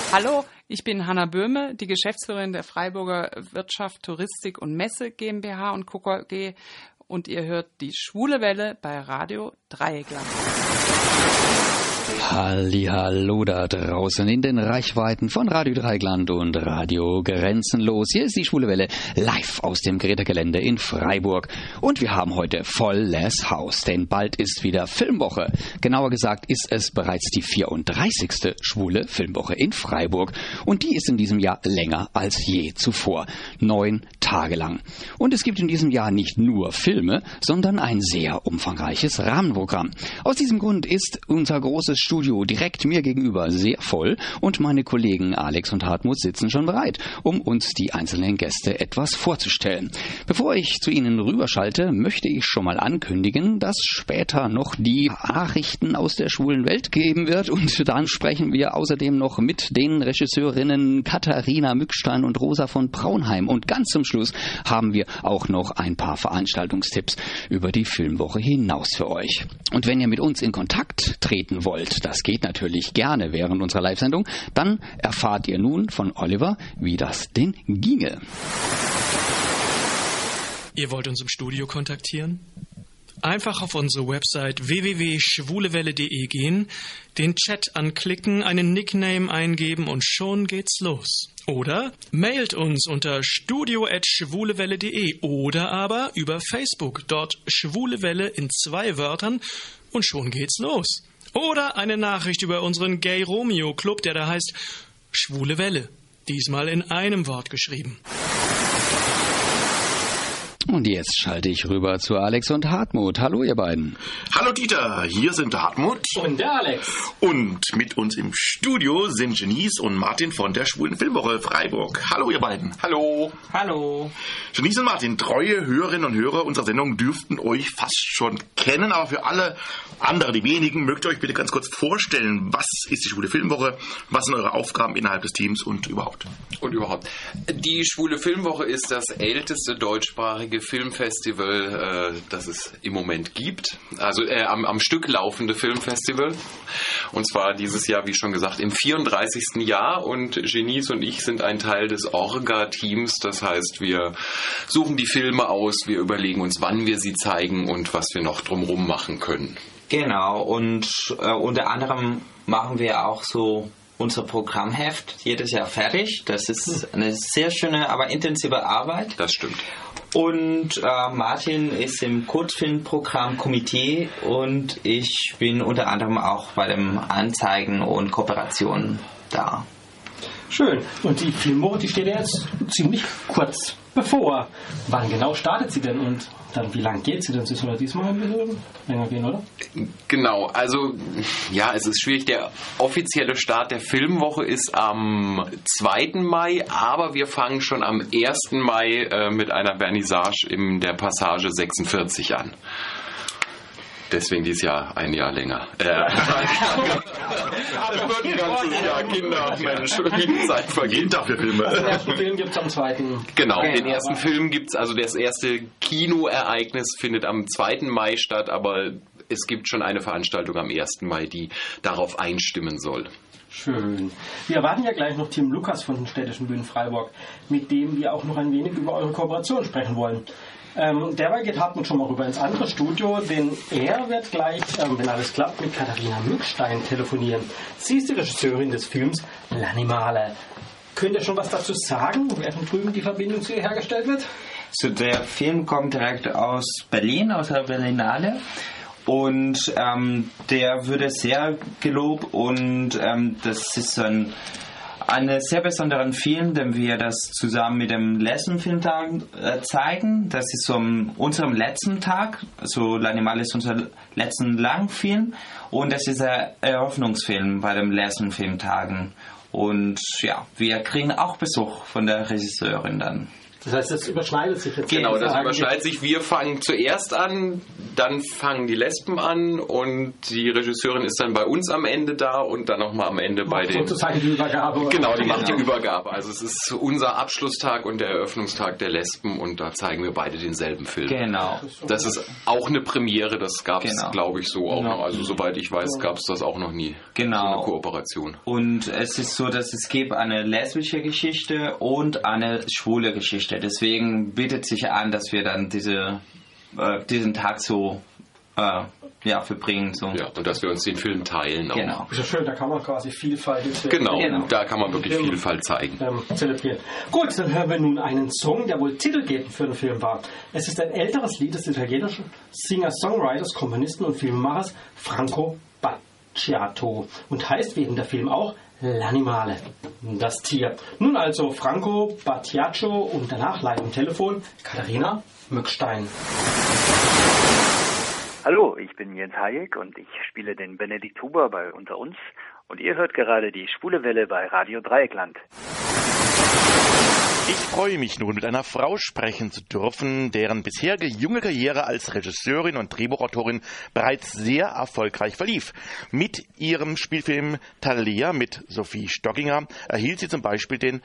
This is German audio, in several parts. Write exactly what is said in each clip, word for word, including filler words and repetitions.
Hallo, ich bin Hanna Böhme, die Geschäftsführerin der Freiburger Wirtschaft, Touristik und Messe GmbH und Co. KG und ihr hört die Schwule Welle bei Radio Dreieckland. Hallihallo da draußen in den Reichweiten von Radio Dreieckland und Radio Grenzenlos. Hier ist die Schwule Welle live aus dem Greta-Gelände in Freiburg. Und wir haben heute volles Haus, denn bald ist wieder Filmwoche. Genauer gesagt ist es bereits die vierunddreißigste Schwule Filmwoche in Freiburg. Und die ist in diesem Jahr länger als je zuvor. Neun Tage lang. Und es gibt in diesem Jahr nicht nur Filme, sondern ein sehr umfangreiches Rahmenprogramm. Aus diesem Grund ist unser großes Studio direkt mir gegenüber sehr voll und meine Kollegen Alex und Hartmut sitzen schon bereit, um uns die einzelnen Gäste etwas vorzustellen. Bevor ich zu ihnen rüberschalte, möchte ich schon mal ankündigen, dass später noch die Nachrichten aus der schwulen Welt geben wird und dann sprechen wir außerdem noch mit den Regisseurinnen Katharina Mückstein und Rosa von Braunheim und ganz zum Schluss haben wir auch noch ein paar Veranstaltungstipps über die Filmwoche hinaus für euch. Und wenn ihr mit uns in Kontakt treten wollt, das geht natürlich gerne während unserer Live-Sendung, dann erfahrt ihr nun von Oliver, wie das denn ginge. Ihr wollt uns im Studio kontaktieren? Einfach auf unsere Website w w w punkt schwulewelle punkt de gehen, den Chat anklicken, einen Nickname eingeben und schon geht's los. Oder mailt uns unter studio at schwulewelle punkt de oder aber über Facebook, dort Schwulewelle in zwei Wörtern und schon geht's los. Oder eine Nachricht über unseren Gay Romeo Club, der da heißt Schwule Welle, diesmal in einem Wort geschrieben. Und jetzt schalte ich rüber zu Alex und Hartmut. Hallo ihr beiden. Hallo Dieter, hier sind der Hartmut. Und der Alex. Und mit uns im Studio sind Janice und Martin von der Schwulen Filmwoche Freiburg. Hallo ihr beiden. Hallo. Hallo. Janice und Martin, treue Hörerinnen und Hörer unserer Sendung dürften euch fast schon kennen, aber für alle anderen, die wenigen, mögt ihr euch bitte ganz kurz vorstellen, was ist die Schwule Filmwoche, was sind eure Aufgaben innerhalb des Teams und überhaupt? Und überhaupt. Die Schwule Filmwoche ist das älteste deutschsprachige Filmfestival, äh, das es im Moment gibt. Also äh, am, am Stück laufende Filmfestival. Und zwar dieses Jahr, wie schon gesagt, im vierunddreißigsten Jahr. Und Janice und ich sind ein Teil des Orga-Teams. Das heißt, wir suchen die Filme aus, wir überlegen uns, wann wir sie zeigen und was wir noch drumherum machen können. Genau, und äh, unter anderem machen wir auch so unser Programmheft jedes Jahr fertig. Das ist eine sehr schöne, aber intensive Arbeit. Das stimmt. Und äh, Martin ist im Kurzfilmprogramm Komitee und ich bin unter anderem auch bei den Anzeigen und Kooperationen da. Schön. Und die Filmwoche, die steht ja jetzt ziemlich kurz bevor. Wann genau startet sie denn und dann wie lang geht sie denn? Sie soll ja diesmal ein bisschen länger gehen, oder? Genau, also ja, es ist schwierig. Der offizielle Start der Filmwoche ist am zweiten Mai, aber wir fangen schon am ersten Mai äh, mit einer Vernissage in der Passage sechsundvierzig an. Deswegen dieses Jahr ein Jahr länger. Äh, das wird ein ganzes Jahr, Kinder, Mensch, wie die Zeit vergeht. Dafür Filme. Den ersten Film gibt es am zweiten. Genau, den ersten Film gibt es, also das erste Kinoereignis findet am zweiten Mai statt, aber es gibt schon eine Veranstaltung am ersten Mai, die darauf einstimmen soll. Schön. Wir erwarten ja gleich noch Tim Lukas von den Städtischen Bühnen Freiburg, mit dem wir auch noch ein wenig über eure Kooperation sprechen wollen. Ähm, derweil geht Hartmut schon mal rüber ins andere Studio, denn er wird gleich, ähm, wenn alles klappt, mit Katharina Mückstein telefonieren. Sie ist die Regisseurin des Films L'Animale. Könnt ihr schon was dazu sagen, während drüben die Verbindung zu ihr hergestellt wird? So, der Film kommt direkt aus Berlin, aus der Berlinale. Und ähm, der würde sehr gelobt und ähm, das ist so ein einen sehr besonderen Film, den wir das zusammen mit dem letzten Filmtag äh, zeigen. Das ist um unserem letzten Tag, also L'Animale ist unser letzten Langfilm und das ist der Eröffnungsfilm bei den letzten Filmtagen. Und ja, wir kriegen auch Besuch von der Regisseurin dann. Das heißt, das überschneidet sich jetzt. Genau, das überschneidet sich. Wir fangen zuerst an, dann fangen die Lesben an und die Regisseurin ist dann bei uns am Ende da und dann nochmal am Ende bei den... Sozusagen die Übergabe. Genau, die macht die Übergabe. Also es ist unser Abschlusstag und der Eröffnungstag der Lesben und da zeigen wir beide denselben Film. Genau. Das ist auch eine Premiere, das gab es, Genau. glaube ich, so auch Genau. noch. Also soweit ich weiß, gab es das auch noch nie. Genau. So eine Kooperation. Und es ist so, dass es gibt eine lesbische Geschichte und eine schwule Geschichte. Deswegen bietet sich an, dass wir dann diese, äh, diesen Tag so äh, ja, verbringen. So. Ja, und dass wir uns den Film teilen. Auch. Genau. Ist ja schön, da kann man quasi Vielfalt jetzt Genau, Genau. da kann man wirklich Vielfalt zeigen. ähm, zelebrieren. Gut, dann hören wir nun einen Song, der wohl titelgebend für den Film war. Es ist ein älteres Lied des italienischen Singer-Songwriters, Komponisten und Filmemachers Franco Battiato und heißt wie in der Film auch L'Animale, das Tier. Nun also Franco Battiato und danach live am Telefon Katharina Mückstein. Hallo, ich bin Jens Hayek und ich spiele den Benedikt Huber bei Unter uns und ihr hört gerade die Schwule Welle bei Radio Dreieckland. Ich freue mich nun, mit einer Frau sprechen zu dürfen, deren bisherige junge Karriere als Regisseurin und Drehbuchautorin bereits sehr erfolgreich verlief. Mit ihrem Spielfilm Thalia mit Sophie Stockinger erhielt sie zum Beispiel den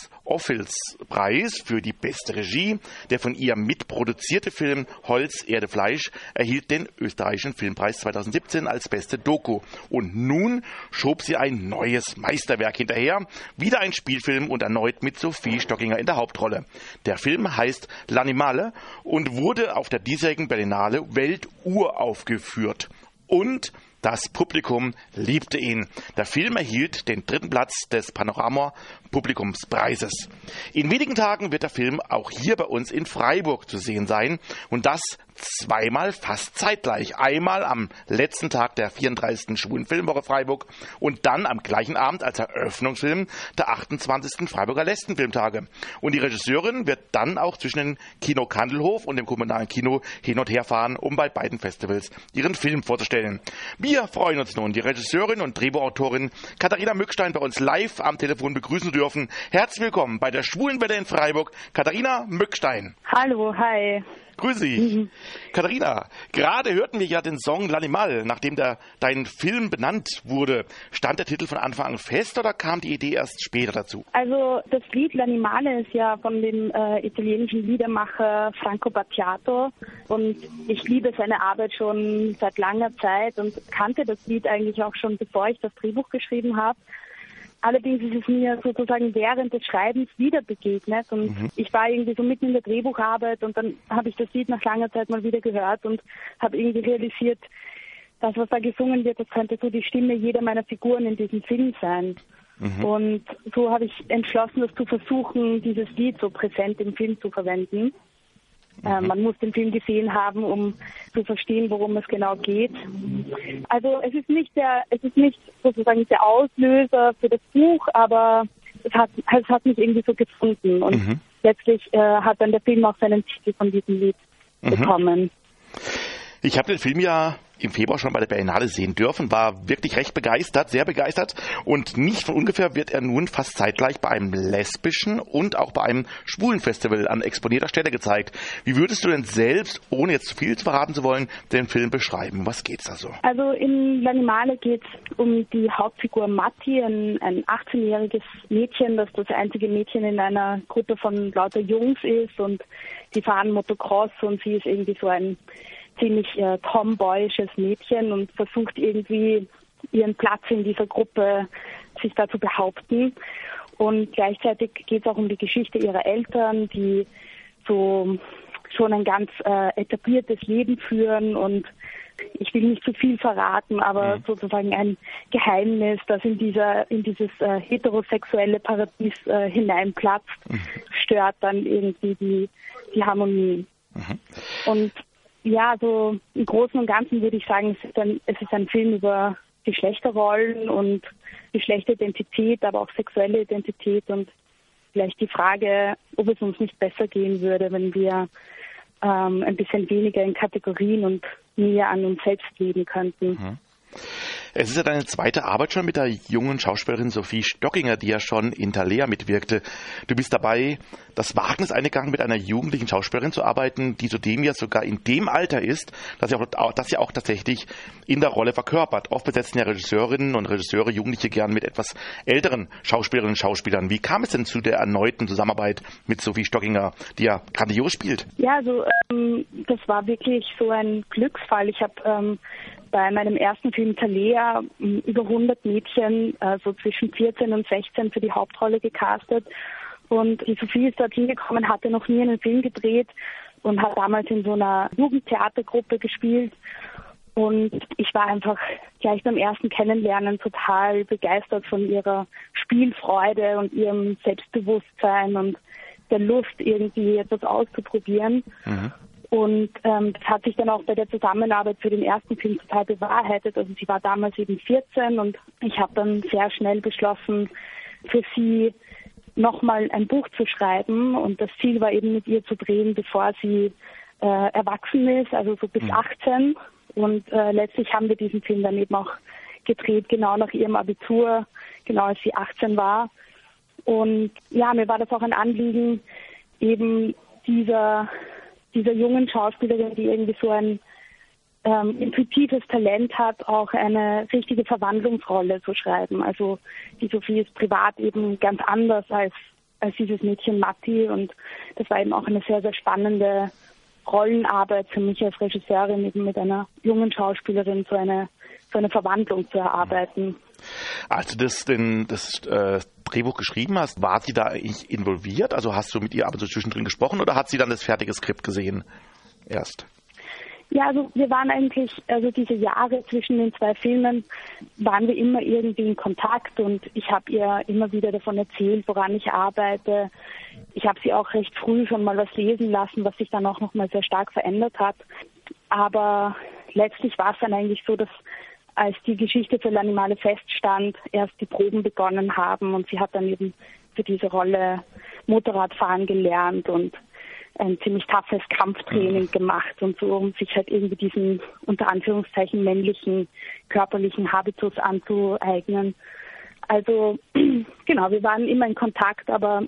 Max-Ophüls-Preis für die beste Regie. Der von ihr mitproduzierte Film Holz, Erde, Fleisch erhielt den österreichischen Filmpreis zweitausendsiebzehn als beste Doku. Und nun schob sie ein neues Meisterwerk hinterher. Wieder ein Spielfilm und erneut mit Sophie Stockinger in der Hauptrolle. Der Film heißt L'Animale und wurde auf der diesjährigen Berlinale Welturaufgeführt. Und das Publikum liebte ihn. Der Film erhielt den dritten Platz des Panorama Publikumspreises. In wenigen Tagen wird der Film auch hier bei uns in Freiburg zu sehen sein und das zweimal fast zeitgleich. Einmal am letzten Tag der vierunddreißigsten Schwulen Filmwoche Freiburg und dann am gleichen Abend als Eröffnungsfilm der achtundzwanzigsten Freiburger Lesbenfilmtage. Und die Regisseurin wird dann auch zwischen dem Kino Kandelhof und dem kommunalen Kino hin und her fahren, um bei beiden Festivals ihren Film vorzustellen. Wir freuen uns nun, die Regisseurin und Drehbuchautorin Katharina Mückstein bei uns live am Telefon begrüßen dürfen. Herzlich willkommen bei der Schwulenwelle in Freiburg, Katharina Mückstein. Hallo, hi. Grüß Sie. Mhm. Katharina, gerade hörten wir ja den Song L'Animal, nachdem der, dein Film benannt wurde. Stand der Titel von Anfang an fest oder kam die Idee erst später dazu? Also das Lied L'Animale ist ja von dem äh, italienischen Liedermacher Franco Battiato und ich liebe seine Arbeit schon seit langer Zeit und kannte das Lied eigentlich auch schon, bevor ich das Drehbuch geschrieben habe. Allerdings ist es mir sozusagen während des Schreibens wieder begegnet und mhm. ich war irgendwie so mitten in der Drehbucharbeit und dann habe ich das Lied nach langer Zeit mal wieder gehört und habe irgendwie realisiert, das, was da gesungen wird, das könnte so die Stimme jeder meiner Figuren in diesem Film sein. Mhm. Und so habe ich entschlossen, das zu versuchen, dieses Lied so präsent im Film zu verwenden. Mhm. Äh, man muss den Film gesehen haben, um zu verstehen, worum es genau geht. Also es ist nicht der, es ist nicht sozusagen der Auslöser für das Buch, aber es hat, es hat mich irgendwie so gefunden und mhm. letztlich äh, hat dann der Film auch seinen Titel von diesem Lied mhm. bekommen. Ich habe den Film ja im Februar schon bei der Berlinale sehen dürfen, war wirklich recht begeistert, sehr begeistert und nicht von ungefähr wird er nun fast zeitgleich bei einem lesbischen und auch bei einem schwulen Festival an exponierter Stelle gezeigt. Wie würdest du denn selbst, ohne jetzt zu viel zu verraten zu wollen, den Film beschreiben? Was geht's da so? Also in L'Animale geht es um die Hauptfigur Matti, ein, ein achtzehnjähriges Mädchen, das das einzige Mädchen in einer Gruppe von lauter Jungs ist und die fahren Motocross und sie ist irgendwie so ein ziemlich äh, tomboyisches Mädchen und versucht irgendwie ihren Platz in dieser Gruppe sich da zu behaupten. Und gleichzeitig geht es auch um die Geschichte ihrer Eltern, die so schon ein ganz äh, etabliertes Leben führen und ich will nicht zu viel verraten, aber mhm. sozusagen ein Geheimnis, das in dieser in dieses äh, heterosexuelle Paradies äh, hineinplatzt, mhm. stört dann irgendwie die, die Harmonie. Mhm. Und ja, so im Großen und Ganzen würde ich sagen, es ist ein, es ist ein Film über Geschlechterrollen und Geschlechteridentität, aber auch sexuelle Identität und vielleicht die Frage, ob es uns nicht besser gehen würde, wenn wir ähm, ein bisschen weniger in Kategorien und näher an uns selbst leben könnten. Mhm. Es ist ja deine zweite Arbeit schon mit der jungen Schauspielerin Sophie Stockinger, die ja schon in Thalia mitwirkte. Du bist dabei, das Wagnis eingegangen, mit einer jugendlichen Schauspielerin zu arbeiten, die zudem ja sogar in dem Alter ist, dass sie auch, dass sie auch tatsächlich in der Rolle verkörpert. Oft besetzen ja Regisseurinnen und Regisseure Jugendliche gern mit etwas älteren Schauspielerinnen und Schauspielern. Wie kam es denn zu der erneuten Zusammenarbeit mit Sophie Stockinger, die ja grandios spielt? Ja, also ähm, das war wirklich so ein Glücksfall. Ich habe ähm, bei meinem ersten Film Thalia über hundert Mädchen, also zwischen vierzehn und sechzehn, für die Hauptrolle gecastet. Und die Sophie ist dort hingekommen, hatte noch nie einen Film gedreht und hat damals in so einer Jugendtheatergruppe gespielt. Und ich war einfach gleich beim ersten Kennenlernen total begeistert von ihrer Spielfreude und ihrem Selbstbewusstsein und der Lust, irgendwie etwas auszuprobieren. Mhm. Und ähm, das hat sich dann auch bei der Zusammenarbeit für den ersten Film total bewahrheitet. Also sie war damals eben vierzehn und ich habe dann sehr schnell beschlossen, für sie nochmal ein Buch zu schreiben. Und das Ziel war eben, mit ihr zu drehen, bevor sie äh, erwachsen ist, also so bis mhm. achtzehn. Und äh, letztlich haben wir diesen Film dann eben auch gedreht, genau nach ihrem Abitur, genau als sie achtzehn war. Und ja, mir war das auch ein Anliegen, eben dieser, dieser jungen Schauspielerin, die irgendwie so ein ähm, intuitives Talent hat, auch eine richtige Verwandlungsrolle zu schreiben. Also die Sophie ist privat eben ganz anders als, als dieses Mädchen Matti. Und das war eben auch eine sehr, sehr spannende Rollenarbeit für mich als Regisseurin, eben mit einer jungen Schauspielerin so eine, so eine Verwandlung zu erarbeiten. Als du das, denn, das äh, Drehbuch geschrieben hast, war sie da eigentlich involviert? Also hast du mit ihr aber so zwischendrin gesprochen oder hat sie dann das fertige Skript gesehen erst? Ja, also wir waren eigentlich, also diese Jahre zwischen den zwei Filmen waren wir immer irgendwie in Kontakt und ich habe ihr immer wieder davon erzählt, woran ich arbeite. Ich habe sie auch recht früh schon mal was lesen lassen, was sich dann auch nochmal sehr stark verändert hat. Aber letztlich war es dann eigentlich so, dass als die Geschichte für L'Animale feststand, erst die Proben begonnen haben und sie hat dann eben für diese Rolle Motorradfahren gelernt und ein ziemlich toughes Kampftraining gemacht und so, um sich halt irgendwie diesen unter Anführungszeichen männlichen körperlichen Habitus anzueignen. Also genau, wir waren immer in Kontakt, aber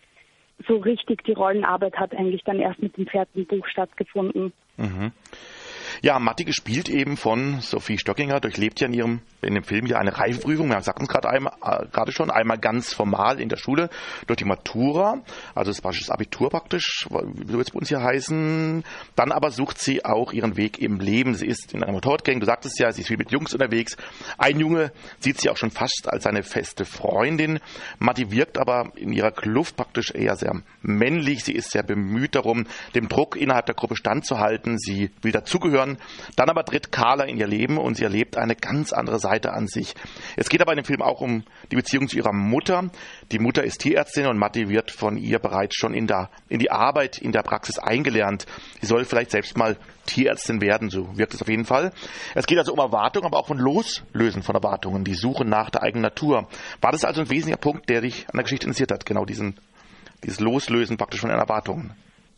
so richtig die Rollenarbeit hat eigentlich dann erst mit dem vierten Buch stattgefunden. Mhm. Ja, Matti, gespielt eben von Sophie Stockinger, durchlebt ja in ihrem in dem Film ja eine Reifeprüfung. Wir sagten es gerade einmal, äh, gerade schon, einmal ganz formal in der Schule durch die Matura, also das war das Abitur praktisch, wie soll es bei uns hier heißen. Dann aber sucht sie auch ihren Weg im Leben. Sie ist in einer Motorradgang, du sagtest ja, sie ist viel mit Jungs unterwegs. Ein Junge sieht sie auch schon fast als seine feste Freundin. Matti wirkt aber in ihrer Kluft praktisch eher sehr männlich. Sie ist sehr bemüht darum, dem Druck innerhalb der Gruppe standzuhalten. Sie will dazugehören. Dann aber tritt Carla in ihr Leben und sie erlebt eine ganz andere Seite an sich. Es geht aber in dem Film auch um die Beziehung zu ihrer Mutter. Die Mutter ist Tierärztin und Matti wird von ihr bereits schon in, der, in die Arbeit, in der Praxis eingelernt. Sie soll vielleicht selbst mal Tierärztin werden, so wirkt es auf jeden Fall. Es geht also um Erwartungen, aber auch von Loslösen von Erwartungen, die Suche nach der eigenen Natur. War das also ein wesentlicher Punkt, der dich an der Geschichte interessiert hat, genau diesen, dieses Loslösen praktisch von den Erwartungen?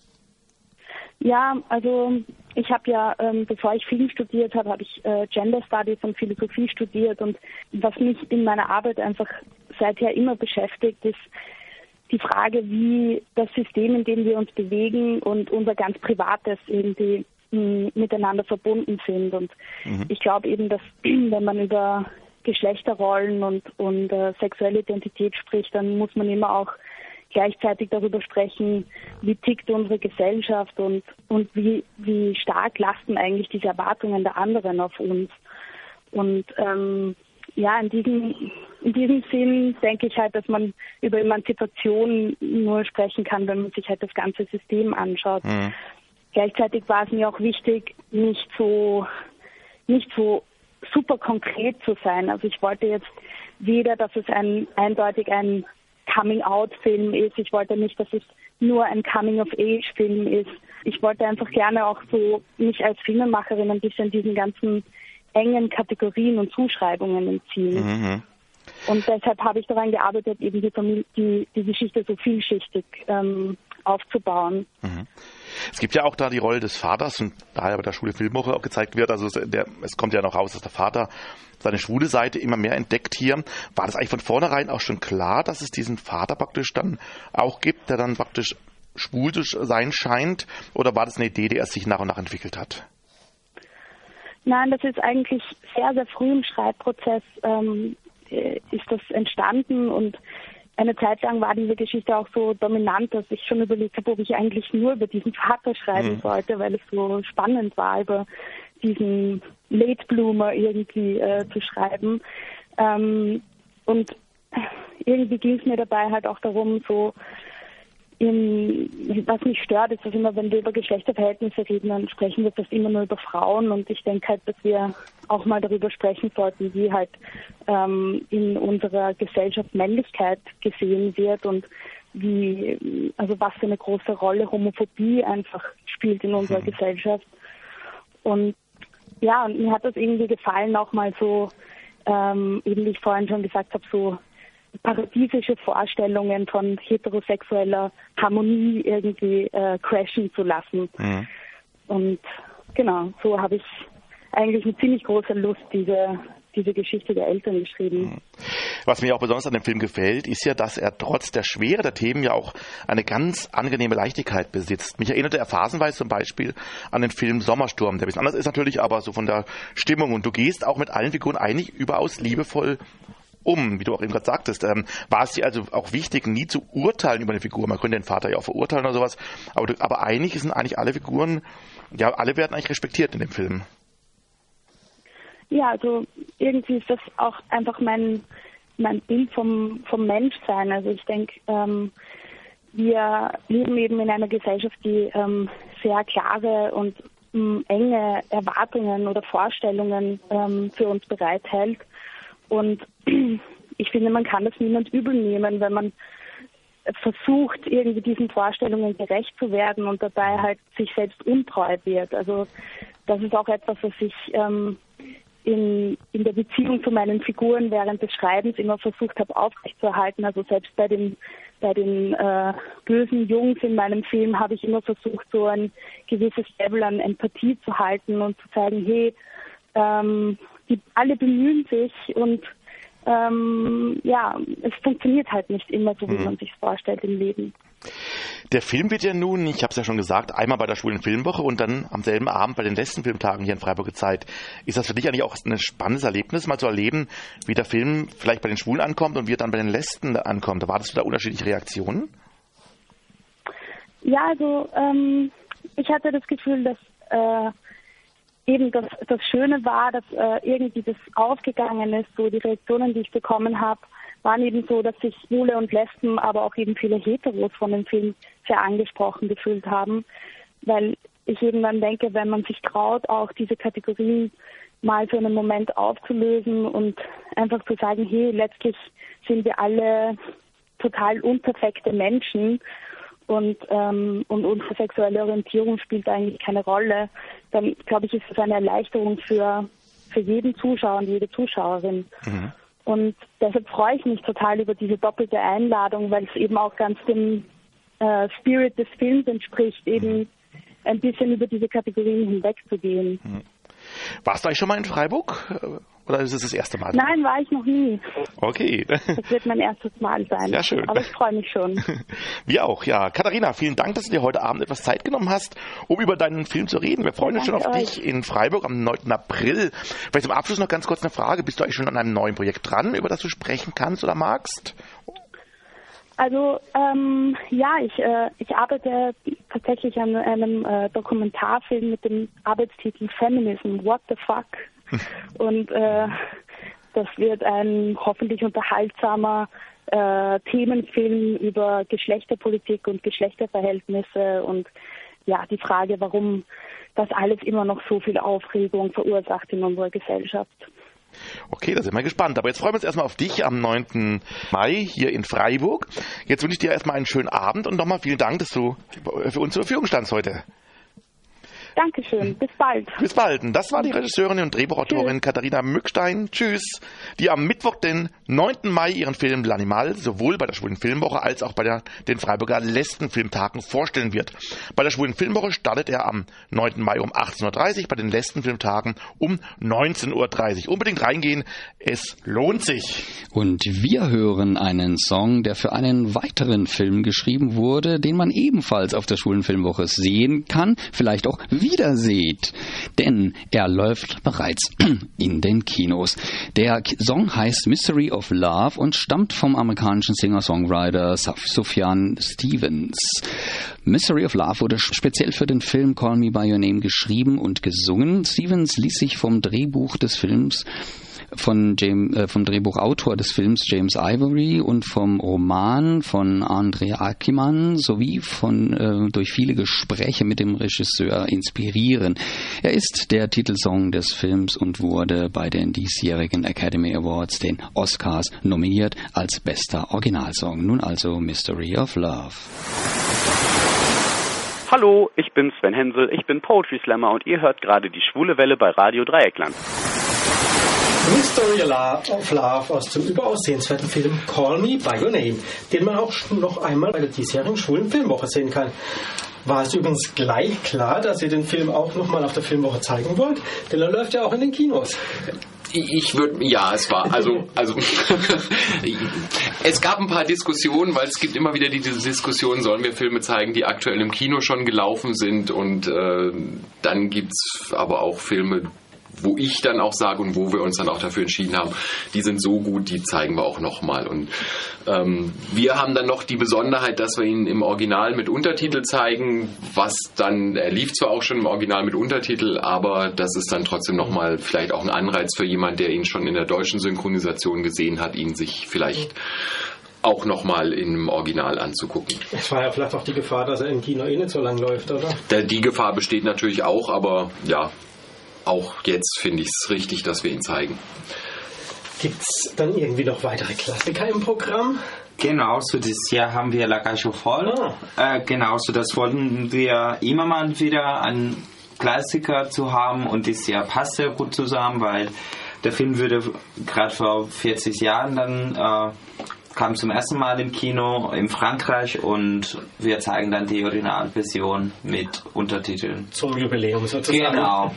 Ja, also ich habe ja, ähm, bevor ich Film studiert habe, habe ich äh, Gender Studies und Philosophie studiert und was mich in meiner Arbeit einfach seither immer beschäftigt, ist die Frage, wie das System, in dem wir uns bewegen und unser ganz Privates irgendwie mh, miteinander verbunden sind. Und mhm. ich glaube eben, dass wenn man über Geschlechterrollen und, und äh, sexuelle Identität spricht, dann muss man immer auch gleichzeitig darüber sprechen, wie tickt unsere Gesellschaft und, und wie, wie stark lasten eigentlich diese Erwartungen der anderen auf uns. Und ähm, ja, in diesem, in diesem Sinn denke ich halt, dass man über Emanzipation nur sprechen kann, wenn man sich halt das ganze System anschaut. Mhm. Gleichzeitig war es mir auch wichtig, nicht so, nicht so super konkret zu sein. Also ich wollte jetzt weder, dass es ein eindeutig ein Coming-out-Film ist. Ich wollte nicht, dass es nur ein Coming-of-Age-Film ist. Ich wollte einfach gerne auch so mich als Filmemacherin ein bisschen diesen ganzen engen Kategorien und Zuschreibungen entziehen. Mhm. Und deshalb habe ich daran gearbeitet, eben die, Familie, die, die Geschichte so vielschichtig ähm, aufzubauen. Mhm. Es gibt ja auch da die Rolle des Vaters und daher bei der Schule Filmwoche auch gezeigt wird, also der, es kommt ja noch raus, dass der Vater seine schwule Seite immer mehr entdeckt hier. War das eigentlich von vornherein auch schon klar, dass es diesen Vater praktisch dann auch gibt, der dann praktisch schwul zu sein scheint? Oder war das eine Idee, die erst sich nach und nach entwickelt hat? Nein, das ist eigentlich sehr, sehr früh im Schreibprozess ähm, ist das entstanden und eine Zeit lang war diese Geschichte auch so dominant, dass ich schon überlegt habe, ob ich eigentlich nur über diesen Vater schreiben mhm. sollte, weil es so spannend war, über diesen Late Bloomer irgendwie äh, zu schreiben. Ähm, und irgendwie ging es mir dabei halt auch darum, so in, was mich stört, ist, dass immer, wenn wir über Geschlechterverhältnisse reden, dann sprechen wir fast immer nur über Frauen und ich denke halt, dass wir auch mal darüber sprechen sollten, wie halt ähm, in unserer Gesellschaft Männlichkeit gesehen wird und wie, also was für eine große Rolle Homophobie einfach spielt in unserer mhm. Gesellschaft. Und ja, und mir hat das irgendwie gefallen, auch mal so, ähm, eben wie ich vorhin schon gesagt habe, so paradiesische Vorstellungen von heterosexueller Harmonie irgendwie äh, crashen zu lassen. Mhm. Und genau, so habe ich eigentlich mit ziemlich großer Lust diese, diese Geschichte der Eltern geschrieben. Was mir auch besonders an dem Film gefällt, ist ja, dass er trotz der Schwere der Themen ja auch eine ganz angenehme Leichtigkeit besitzt. Mich erinnerte er phasenweise zum Beispiel an den Film Sommersturm, der ein bisschen anders ist natürlich, aber so von der Stimmung. Und du gehst auch mit allen Figuren eigentlich überaus liebevoll um, wie du auch eben gerade sagtest. Ähm, war es dir also auch wichtig, nie zu urteilen über eine Figur? Man könnte den Vater ja auch verurteilen oder sowas, aber, du, aber eigentlich sind eigentlich alle Figuren, ja, alle werden eigentlich respektiert in dem Film. Ja, also irgendwie ist das auch einfach mein, mein Bild vom, vom Menschsein. Also ich denke, ähm, wir leben eben in einer Gesellschaft, die ähm, sehr klare und ähm, enge Erwartungen oder Vorstellungen ähm, für uns bereithält. Und ich finde, man kann das niemand übel nehmen, wenn man versucht, irgendwie diesen Vorstellungen gerecht zu werden und dabei halt sich selbst untreu wird. Also das ist auch etwas, was ich ähm, in, in der Beziehung zu meinen Figuren während des Schreibens immer versucht habe aufrechtzuerhalten. Also selbst bei den, bei den äh, bösen Jungs in meinem Film habe ich immer versucht, so ein gewisses Level an Empathie zu halten und zu zeigen, hey, ähm, die alle bemühen sich und ähm, ja, es funktioniert halt nicht immer so, wie mhm. man sich vorstellt im Leben. Der Film wird ja nun, ich habe es ja schon gesagt, einmal bei der Schwulen Filmwoche und dann am selben Abend bei den letzten Filmtagen hier in Freiburg gezeigt. Ist das für dich eigentlich auch ein spannendes Erlebnis, mal zu erleben, wie der Film vielleicht bei den Schwulen ankommt und wie er dann bei den Lesben ankommt? Wartest du da unterschiedliche Reaktionen? Ja, also ähm, ich hatte das Gefühl, dass äh, eben das, das Schöne war, dass äh, irgendwie das aufgegangen ist, so die Reaktionen, die ich bekommen habe, waren eben so, dass sich Schwule und Lesben, aber auch eben viele Heteros von dem Film sehr angesprochen gefühlt haben, weil ich eben dann denke, wenn man sich traut, auch diese Kategorien mal für einen Moment aufzulösen und einfach zu sagen, hey, letztlich sind wir alle total unperfekte Menschen und, ähm, und unsere sexuelle Orientierung spielt eigentlich keine Rolle, dann glaube ich, ist es eine Erleichterung für, für jeden Zuschauer und jede Zuschauerin. Mhm. Und deshalb freue ich mich total über diese doppelte Einladung, weil es eben auch ganz dem äh, Spirit des Films entspricht, eben mhm. ein bisschen über diese Kategorien hinwegzugehen. Mhm. Warst du eigentlich schon mal in Freiburg? Oder ist es das erste Mal? Nein, war ich noch nie. Okay. Das wird mein erstes Mal sein. Sehr schön. Aber ich freue mich schon. Wir auch, ja. Katharina, vielen Dank, dass du dir heute Abend etwas Zeit genommen hast, um über deinen Film zu reden. Wir freuen uns schon auf euch. dich in Freiburg am neunten April. Vielleicht zum Abschluss noch ganz kurz eine Frage. Bist du eigentlich schon an einem neuen Projekt dran, über das du sprechen kannst oder magst? Also ähm, ja, ich, äh, ich arbeite tatsächlich an einem äh, Dokumentarfilm mit dem Arbeitstitel Feminism, What the Fuck? Und äh, das wird ein hoffentlich unterhaltsamer äh, Themenfilm über Geschlechterpolitik und Geschlechterverhältnisse und ja, die Frage, warum das alles immer noch so viel Aufregung verursacht in unserer Gesellschaft. Okay, da sind wir gespannt. Aber jetzt freuen wir uns erstmal auf dich am neunten Mai hier in Freiburg. Jetzt wünsche ich dir erstmal einen schönen Abend und nochmal vielen Dank, dass du für uns zur Verfügung standst heute. Dankeschön, bis bald. Bis bald. Das war die Regisseurin und Drehbuchautorin Tschüss. Katharina Mückstein, tschüss, die am Mittwoch, den neunten Mai, ihren Film L'Animal sowohl bei der Schwulen Filmwoche als auch bei der, den Freiburger Lesben-Filmtagen vorstellen wird. Bei der Schwulen Filmwoche startet er am neunten Mai um achtzehn Uhr dreißig, bei den Lesben-Filmtagen um neunzehn Uhr dreißig. Unbedingt reingehen, es lohnt sich. Und wir hören einen Song, der für einen weiteren Film geschrieben wurde, den man ebenfalls auf der Schwulen Filmwoche sehen kann, vielleicht auch wieder seht, denn er läuft bereits in den Kinos. Der Song heißt Mystery of Love und stammt vom amerikanischen Singer-Songwriter Sufjan Stevens. Mystery of Love wurde speziell für den Film Call Me By Your Name geschrieben und gesungen. Stevens ließ sich vom Drehbuch des Films von James, äh, vom Drehbuchautor des Films James Ivory und vom Roman von André Aciman sowie von äh, durch viele Gespräche mit dem Regisseur inspirieren. Er ist der Titelsong des Films und wurde bei den diesjährigen Academy Awards, den Oscars, nominiert als bester Originalsong. Nun also Mystery of Love. Hallo, ich bin Sven Hensel, ich bin Poetry Slammer und ihr hört gerade die Schwule Welle bei Radio Dreieckland. Mystery of Love aus dem überaus sehenswerten Film Call Me By Your Name, den man auch noch einmal bei der diesjährigen Schwulen Filmwoche sehen kann. War es übrigens gleich klar, dass ihr den Film auch nochmal auf der Filmwoche zeigen wollt? Denn er läuft ja auch in den Kinos. Ich würde, ja, es war, also, also, es gab ein paar Diskussionen, weil es gibt immer wieder diese Diskussion, sollen wir Filme zeigen, die aktuell im Kino schon gelaufen sind, und äh, dann gibt's aber auch Filme, wo ich dann auch sage und wo wir uns dann auch dafür entschieden haben, die sind so gut, die zeigen wir auch nochmal. Und ähm, wir haben dann noch die Besonderheit, dass wir ihn im Original mit Untertitel zeigen, was dann, er lief zwar auch schon im Original mit Untertitel, aber das ist dann trotzdem nochmal vielleicht auch ein Anreiz für jemanden, der ihn schon in der deutschen Synchronisation gesehen hat, ihn sich vielleicht auch nochmal im Original anzugucken. Es war ja vielleicht auch die Gefahr, dass er im Kino eh nicht so lang läuft, oder? Die Gefahr besteht natürlich auch, aber ja, auch jetzt finde ich es richtig, dass wir ihn zeigen. Gibt es dann irgendwie noch weitere Klassiker im Programm? Genau, so dieses Jahr haben wir La Cage aux Folles. Ah. Äh, genau, so das wollten wir immer mal wieder einen Klassiker zu haben, und dieses Jahr passt sehr gut zusammen, weil der Film würde gerade vor vierzig Jahren dann äh, kam zum ersten Mal im Kino in Frankreich, und wir zeigen dann die Originalversion mit Untertiteln. Zum Jubiläum sozusagen. Genau.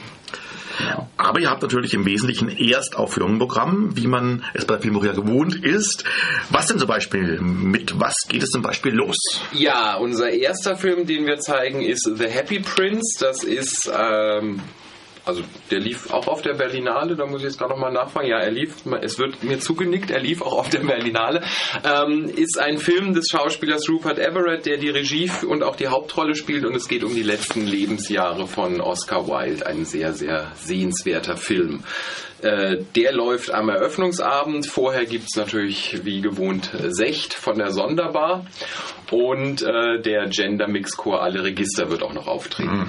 Ja. Aber ihr habt natürlich im Wesentlichen Erstaufführungsprogramm, wie man es bei der Filmwoche gewohnt ist. Was denn zum Beispiel? Mit was geht es zum Beispiel los? Ja, unser erster Film, den wir zeigen, ist The Happy Prince. Das ist, ähm, also der lief auch auf der Berlinale, da muss ich jetzt gerade nochmal nachfragen. Ja, er lief, es wird mir zugenickt, er lief auch auf der Berlinale. Ähm, ist ein Film des Schauspielers Rupert Everett, der die Regie und auch die Hauptrolle spielt, und es geht um die letzten Lebensjahre von Oscar Wilde. Ein sehr, sehr sehenswerter Film. Äh, der läuft am Eröffnungsabend. Vorher gibt es natürlich wie gewohnt Secht von der Sonderbar, und äh, der Gender Mix Chor Alle Register wird auch noch auftreten.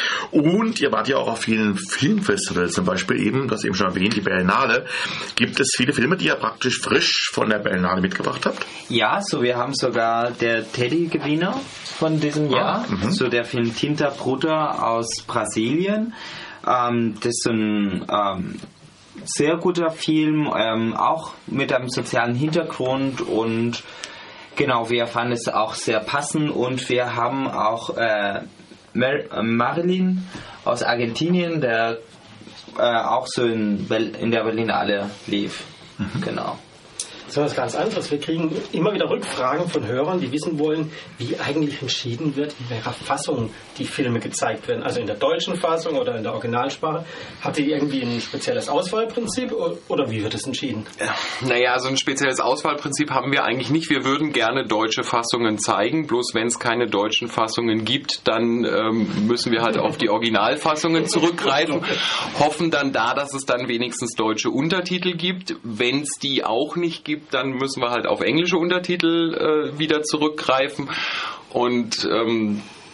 Und ihr wart ja auch auf vielen Filmfestivals, zum Beispiel eben, das eben schon erwähnt, die Berlinale. Gibt es viele Filme, die ihr praktisch frisch von der Berlinale mitgebracht habt? Ja, so wir haben sogar der Teddy-Gewinner von diesem Jahr, ah, so der Film Tinta Bruder aus Brasilien. Ähm, das ist ein ähm, sehr guter Film, ähm, auch mit einem sozialen Hintergrund, und genau, wir fanden es auch sehr passend, und wir haben auch äh, Mar- Marilyn aus Argentinien, der äh, auch so in, Bel- in der Berlinale lief. Mhm. Genau. Das ist was ganz anderes. Wir kriegen immer wieder Rückfragen von Hörern, die wissen wollen, wie eigentlich entschieden wird, in welcher Fassung die Filme gezeigt werden. Also in der deutschen Fassung oder in der Originalsprache. Habt ihr irgendwie ein spezielles Auswahlprinzip, oder wie wird es entschieden? Ja, naja, so ein spezielles Auswahlprinzip haben wir eigentlich nicht. Wir würden gerne deutsche Fassungen zeigen. Bloß wenn es keine deutschen Fassungen gibt, dann ähm, müssen wir halt auf die Originalfassungen zurückgreifen. Hoffen dann da, dass es dann wenigstens deutsche Untertitel gibt. Wenn es die auch nicht gibt, dann müssen wir halt auf englische Untertitel äh, wieder zurückgreifen. Und ähm,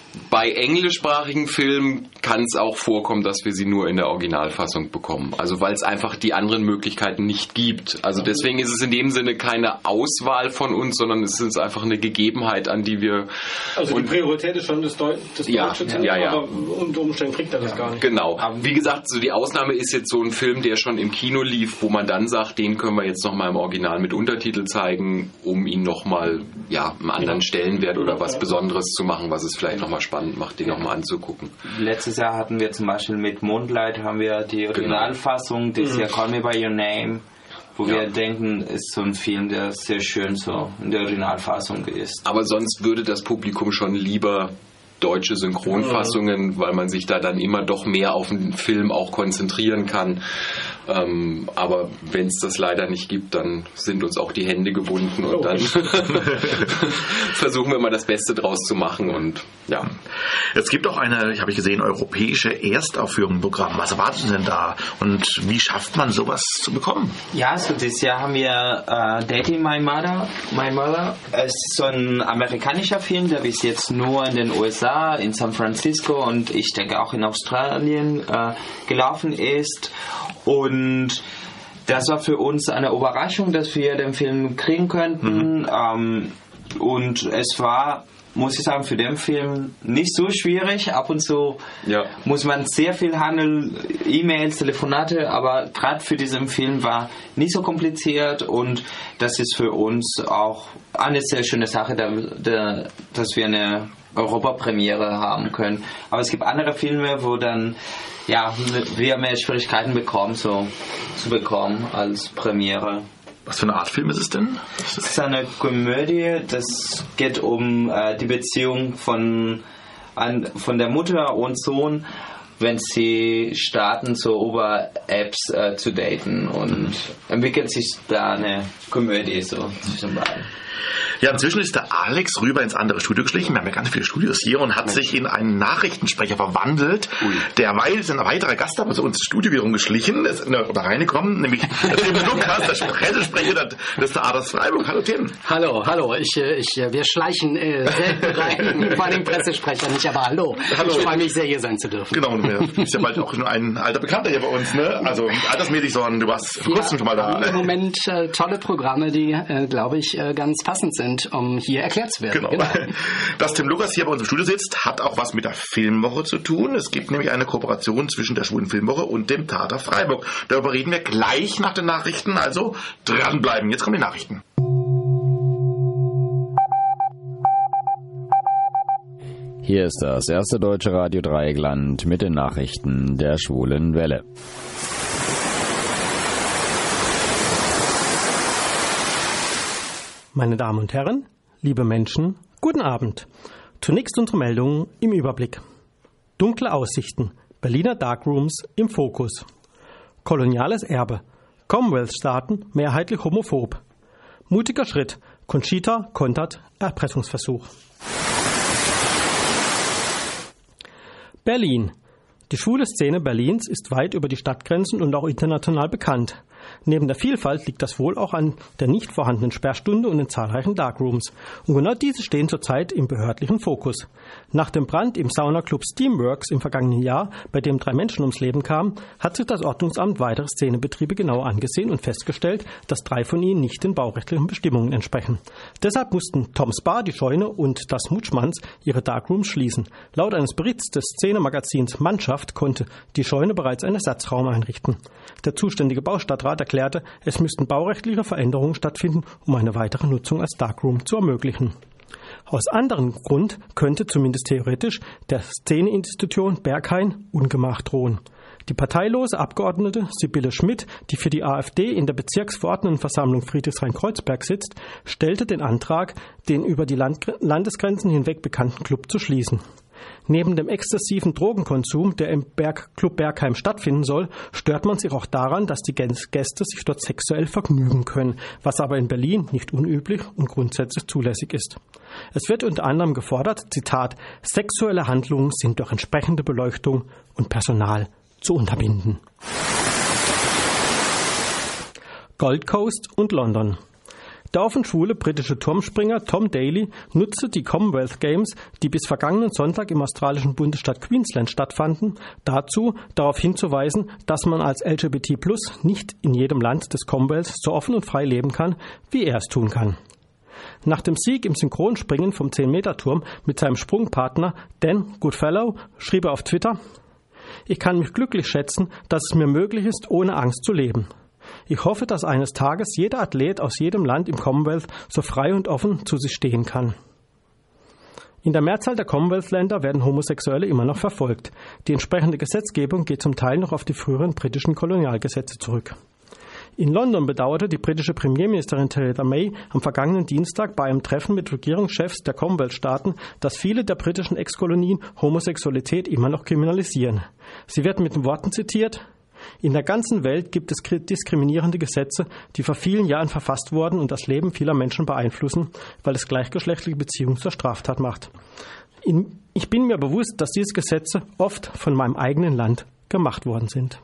Bei englischsprachigen Filmen kann es auch vorkommen, dass wir sie nur in der Originalfassung bekommen. Also weil es einfach die anderen Möglichkeiten nicht gibt. Also deswegen ist es in dem Sinne keine Auswahl von uns, sondern es ist einfach eine Gegebenheit, an die wir... Also die Priorität ist schon das, Deu das ja, deutsche ja, Film, ja, ja. aber unter Umständen kriegt er das gar nicht. Genau. Wie gesagt, so die Ausnahme ist jetzt so ein Film, der schon im Kino lief, wo man dann sagt, den können wir jetzt nochmal im Original mit Untertitel zeigen, um ihn nochmal ja, einen anderen Stellenwert oder was Besonderes zu machen, was es vielleicht nochmal spannend macht, den nochmal anzugucken. Letztes Jahr hatten wir zum Beispiel mit Moonlight haben wir die Originalfassung, das ist ja Call Me By Your Name, wo ja. wir denken, ist so ein Film, der sehr schön so in der Originalfassung ist. Aber sonst würde das Publikum schon lieber deutsche Synchronfassungen, weil man sich da dann immer doch mehr auf den Film auch konzentrieren kann. Ähm, aber wenn es das leider nicht gibt, dann sind uns auch die Hände gebunden und dann versuchen wir mal das Beste draus zu machen. Und ja. Es gibt auch eine, ich habe gesehen, europäische Erstaufführung im Programm. Was erwartet denn da und wie schafft man sowas zu bekommen? Ja, so dieses Jahr haben wir uh, Dating My Mother. My Mother. Es ist so ein amerikanischer Film, der bis jetzt nur in den U S A, in San Francisco und ich denke auch in Australien uh, gelaufen ist. Und das war für uns eine Überraschung, dass wir den Film kriegen könnten. Mhm. Ähm, und es war, muss ich sagen, für den Film nicht so schwierig. Ab und zu ja. muss man sehr viel handeln, E-Mails, Telefonate, aber gerade für diesen Film war nicht so kompliziert und das ist für uns auch eine sehr schöne Sache, dass wir eine Europapremiere haben können. Aber es gibt andere Filme, wo dann ja, wir mehr Schwierigkeiten bekommen, so zu bekommen als Premiere. Was für eine Art Film ist es denn? Es ist eine Komödie, das geht um äh, die Beziehung von, an, von der Mutter und Sohn, wenn sie starten, so über Apps äh, zu daten und entwickelt sich da eine Komödie so zwischen beiden. Ja, inzwischen ist der Alex rüber ins andere Studio geschlichen. Wir haben ja ganz viele Studios hier und hat sich in einen Nachrichtensprecher verwandelt. Ui. Derweil ist ein weiterer Gast da bei uns ins Studio wieder rumgeschlichen, ist da reingekommen, nämlich der Tim Lukas, der Pressesprecher des Theaters Freiburg. Hallo Tim. Hallo, hallo. Ich, ich, wir schleichen äh, selten rein, vor allem Pressesprecher nicht, aber hallo. hallo. Ich freue mich sehr, hier sein zu dürfen. Genau, du bist ja bald auch schon ein alter Bekannter hier bei uns, ne? Also altersmäßig, sondern du warst vor kurzem ja, schon mal da. Im Moment äh, tolle Programme, die, äh, glaube ich, äh, ganz passend sind, um hier erklärt zu werden. Genau. genau. Dass Tim Lukas hier bei uns im Studio sitzt, hat auch was mit der Filmwoche zu tun. Es gibt nämlich eine Kooperation zwischen der Schwulen Filmwoche und dem Theater Freiburg. Darüber reden wir gleich nach den Nachrichten, also dranbleiben. Jetzt kommen die Nachrichten. Hier ist das erste deutsche Radio Dreieckland mit den Nachrichten der Schwulen Welle. Meine Damen und Herren, liebe Menschen, guten Abend. Zunächst unsere Meldungen im Überblick. Dunkle Aussichten, Berliner Darkrooms im Fokus. Koloniales Erbe, Commonwealth-Staaten mehrheitlich homophob. Mutiger Schritt, Conchita kontert Erpressungsversuch. Berlin. Die schwule Szene Berlins ist weit über die Stadtgrenzen und auch international bekannt. Neben der Vielfalt liegt das wohl auch an der nicht vorhandenen Sperrstunde und den zahlreichen Darkrooms. Und genau diese stehen zurzeit im behördlichen Fokus. Nach dem Brand im Saunaclub Steamworks im vergangenen Jahr, bei dem drei Menschen ums Leben kamen, hat sich das Ordnungsamt weitere Szenebetriebe genauer angesehen und festgestellt, dass drei von ihnen nicht den baurechtlichen Bestimmungen entsprechen. Deshalb mussten Toms Bar, die Scheune und das Mutschmanns ihre Darkrooms schließen. Laut eines Berichts des Szenemagazins Mannschaft konnte die Scheune bereits einen Ersatzraum einrichten. Der zuständige Baustadtrat erklärte, es müssten baurechtliche Veränderungen stattfinden, um eine weitere Nutzung als Darkroom zu ermöglichen. Aus anderem Grund könnte zumindest theoretisch der Szeneinstitution Berghain Ungemach drohen. Die parteilose Abgeordnete Sibylle Schmidt, die für die AfD in der Bezirksverordnetenversammlung Friedrichshain-Kreuzberg sitzt, stellte den Antrag, den über die Land- Landesgrenzen hinweg bekannten Club zu schließen. Neben dem exzessiven Drogenkonsum, der im Berg Club Bergheim stattfinden soll, stört man sich auch daran, dass die Gäste sich dort sexuell vergnügen können, was aber in Berlin nicht unüblich und grundsätzlich zulässig ist. Es wird unter anderem gefordert, Zitat, sexuelle Handlungen sind durch entsprechende Beleuchtung und Personal zu unterbinden. Gold Coast und London. Der offen schwule britische Turmspringer Tom Daley nutzte die Commonwealth Games, die bis vergangenen Sonntag im australischen Bundesstaat Queensland stattfanden, dazu, darauf hinzuweisen, dass man als L G B T plus nicht in jedem Land des Commonwealth so offen und frei leben kann, wie er es tun kann. Nach dem Sieg im Synchronspringen vom zehn-Meter-Turm mit seinem Sprungpartner Dan Goodfellow schrieb er auf Twitter: Ich kann mich glücklich schätzen, dass es mir möglich ist, ohne Angst zu leben. Ich hoffe, dass eines Tages jeder Athlet aus jedem Land im Commonwealth so frei und offen zu sich stehen kann. In der Mehrzahl der Commonwealth-Länder werden Homosexuelle immer noch verfolgt. Die entsprechende Gesetzgebung geht zum Teil noch auf die früheren britischen Kolonialgesetze zurück. In London bedauerte die britische Premierministerin Theresa May am vergangenen Dienstag bei einem Treffen mit Regierungschefs der Commonwealth-Staaten, dass viele der britischen Ex-Kolonien Homosexualität immer noch kriminalisieren. Sie wird mit den Worten zitiert: In der ganzen Welt gibt es diskriminierende Gesetze, die vor vielen Jahren verfasst wurden und das Leben vieler Menschen beeinflussen, weil es gleichgeschlechtliche Beziehungen zur Straftat macht. Ich bin mir bewusst, dass diese Gesetze oft von meinem eigenen Land gemacht worden sind.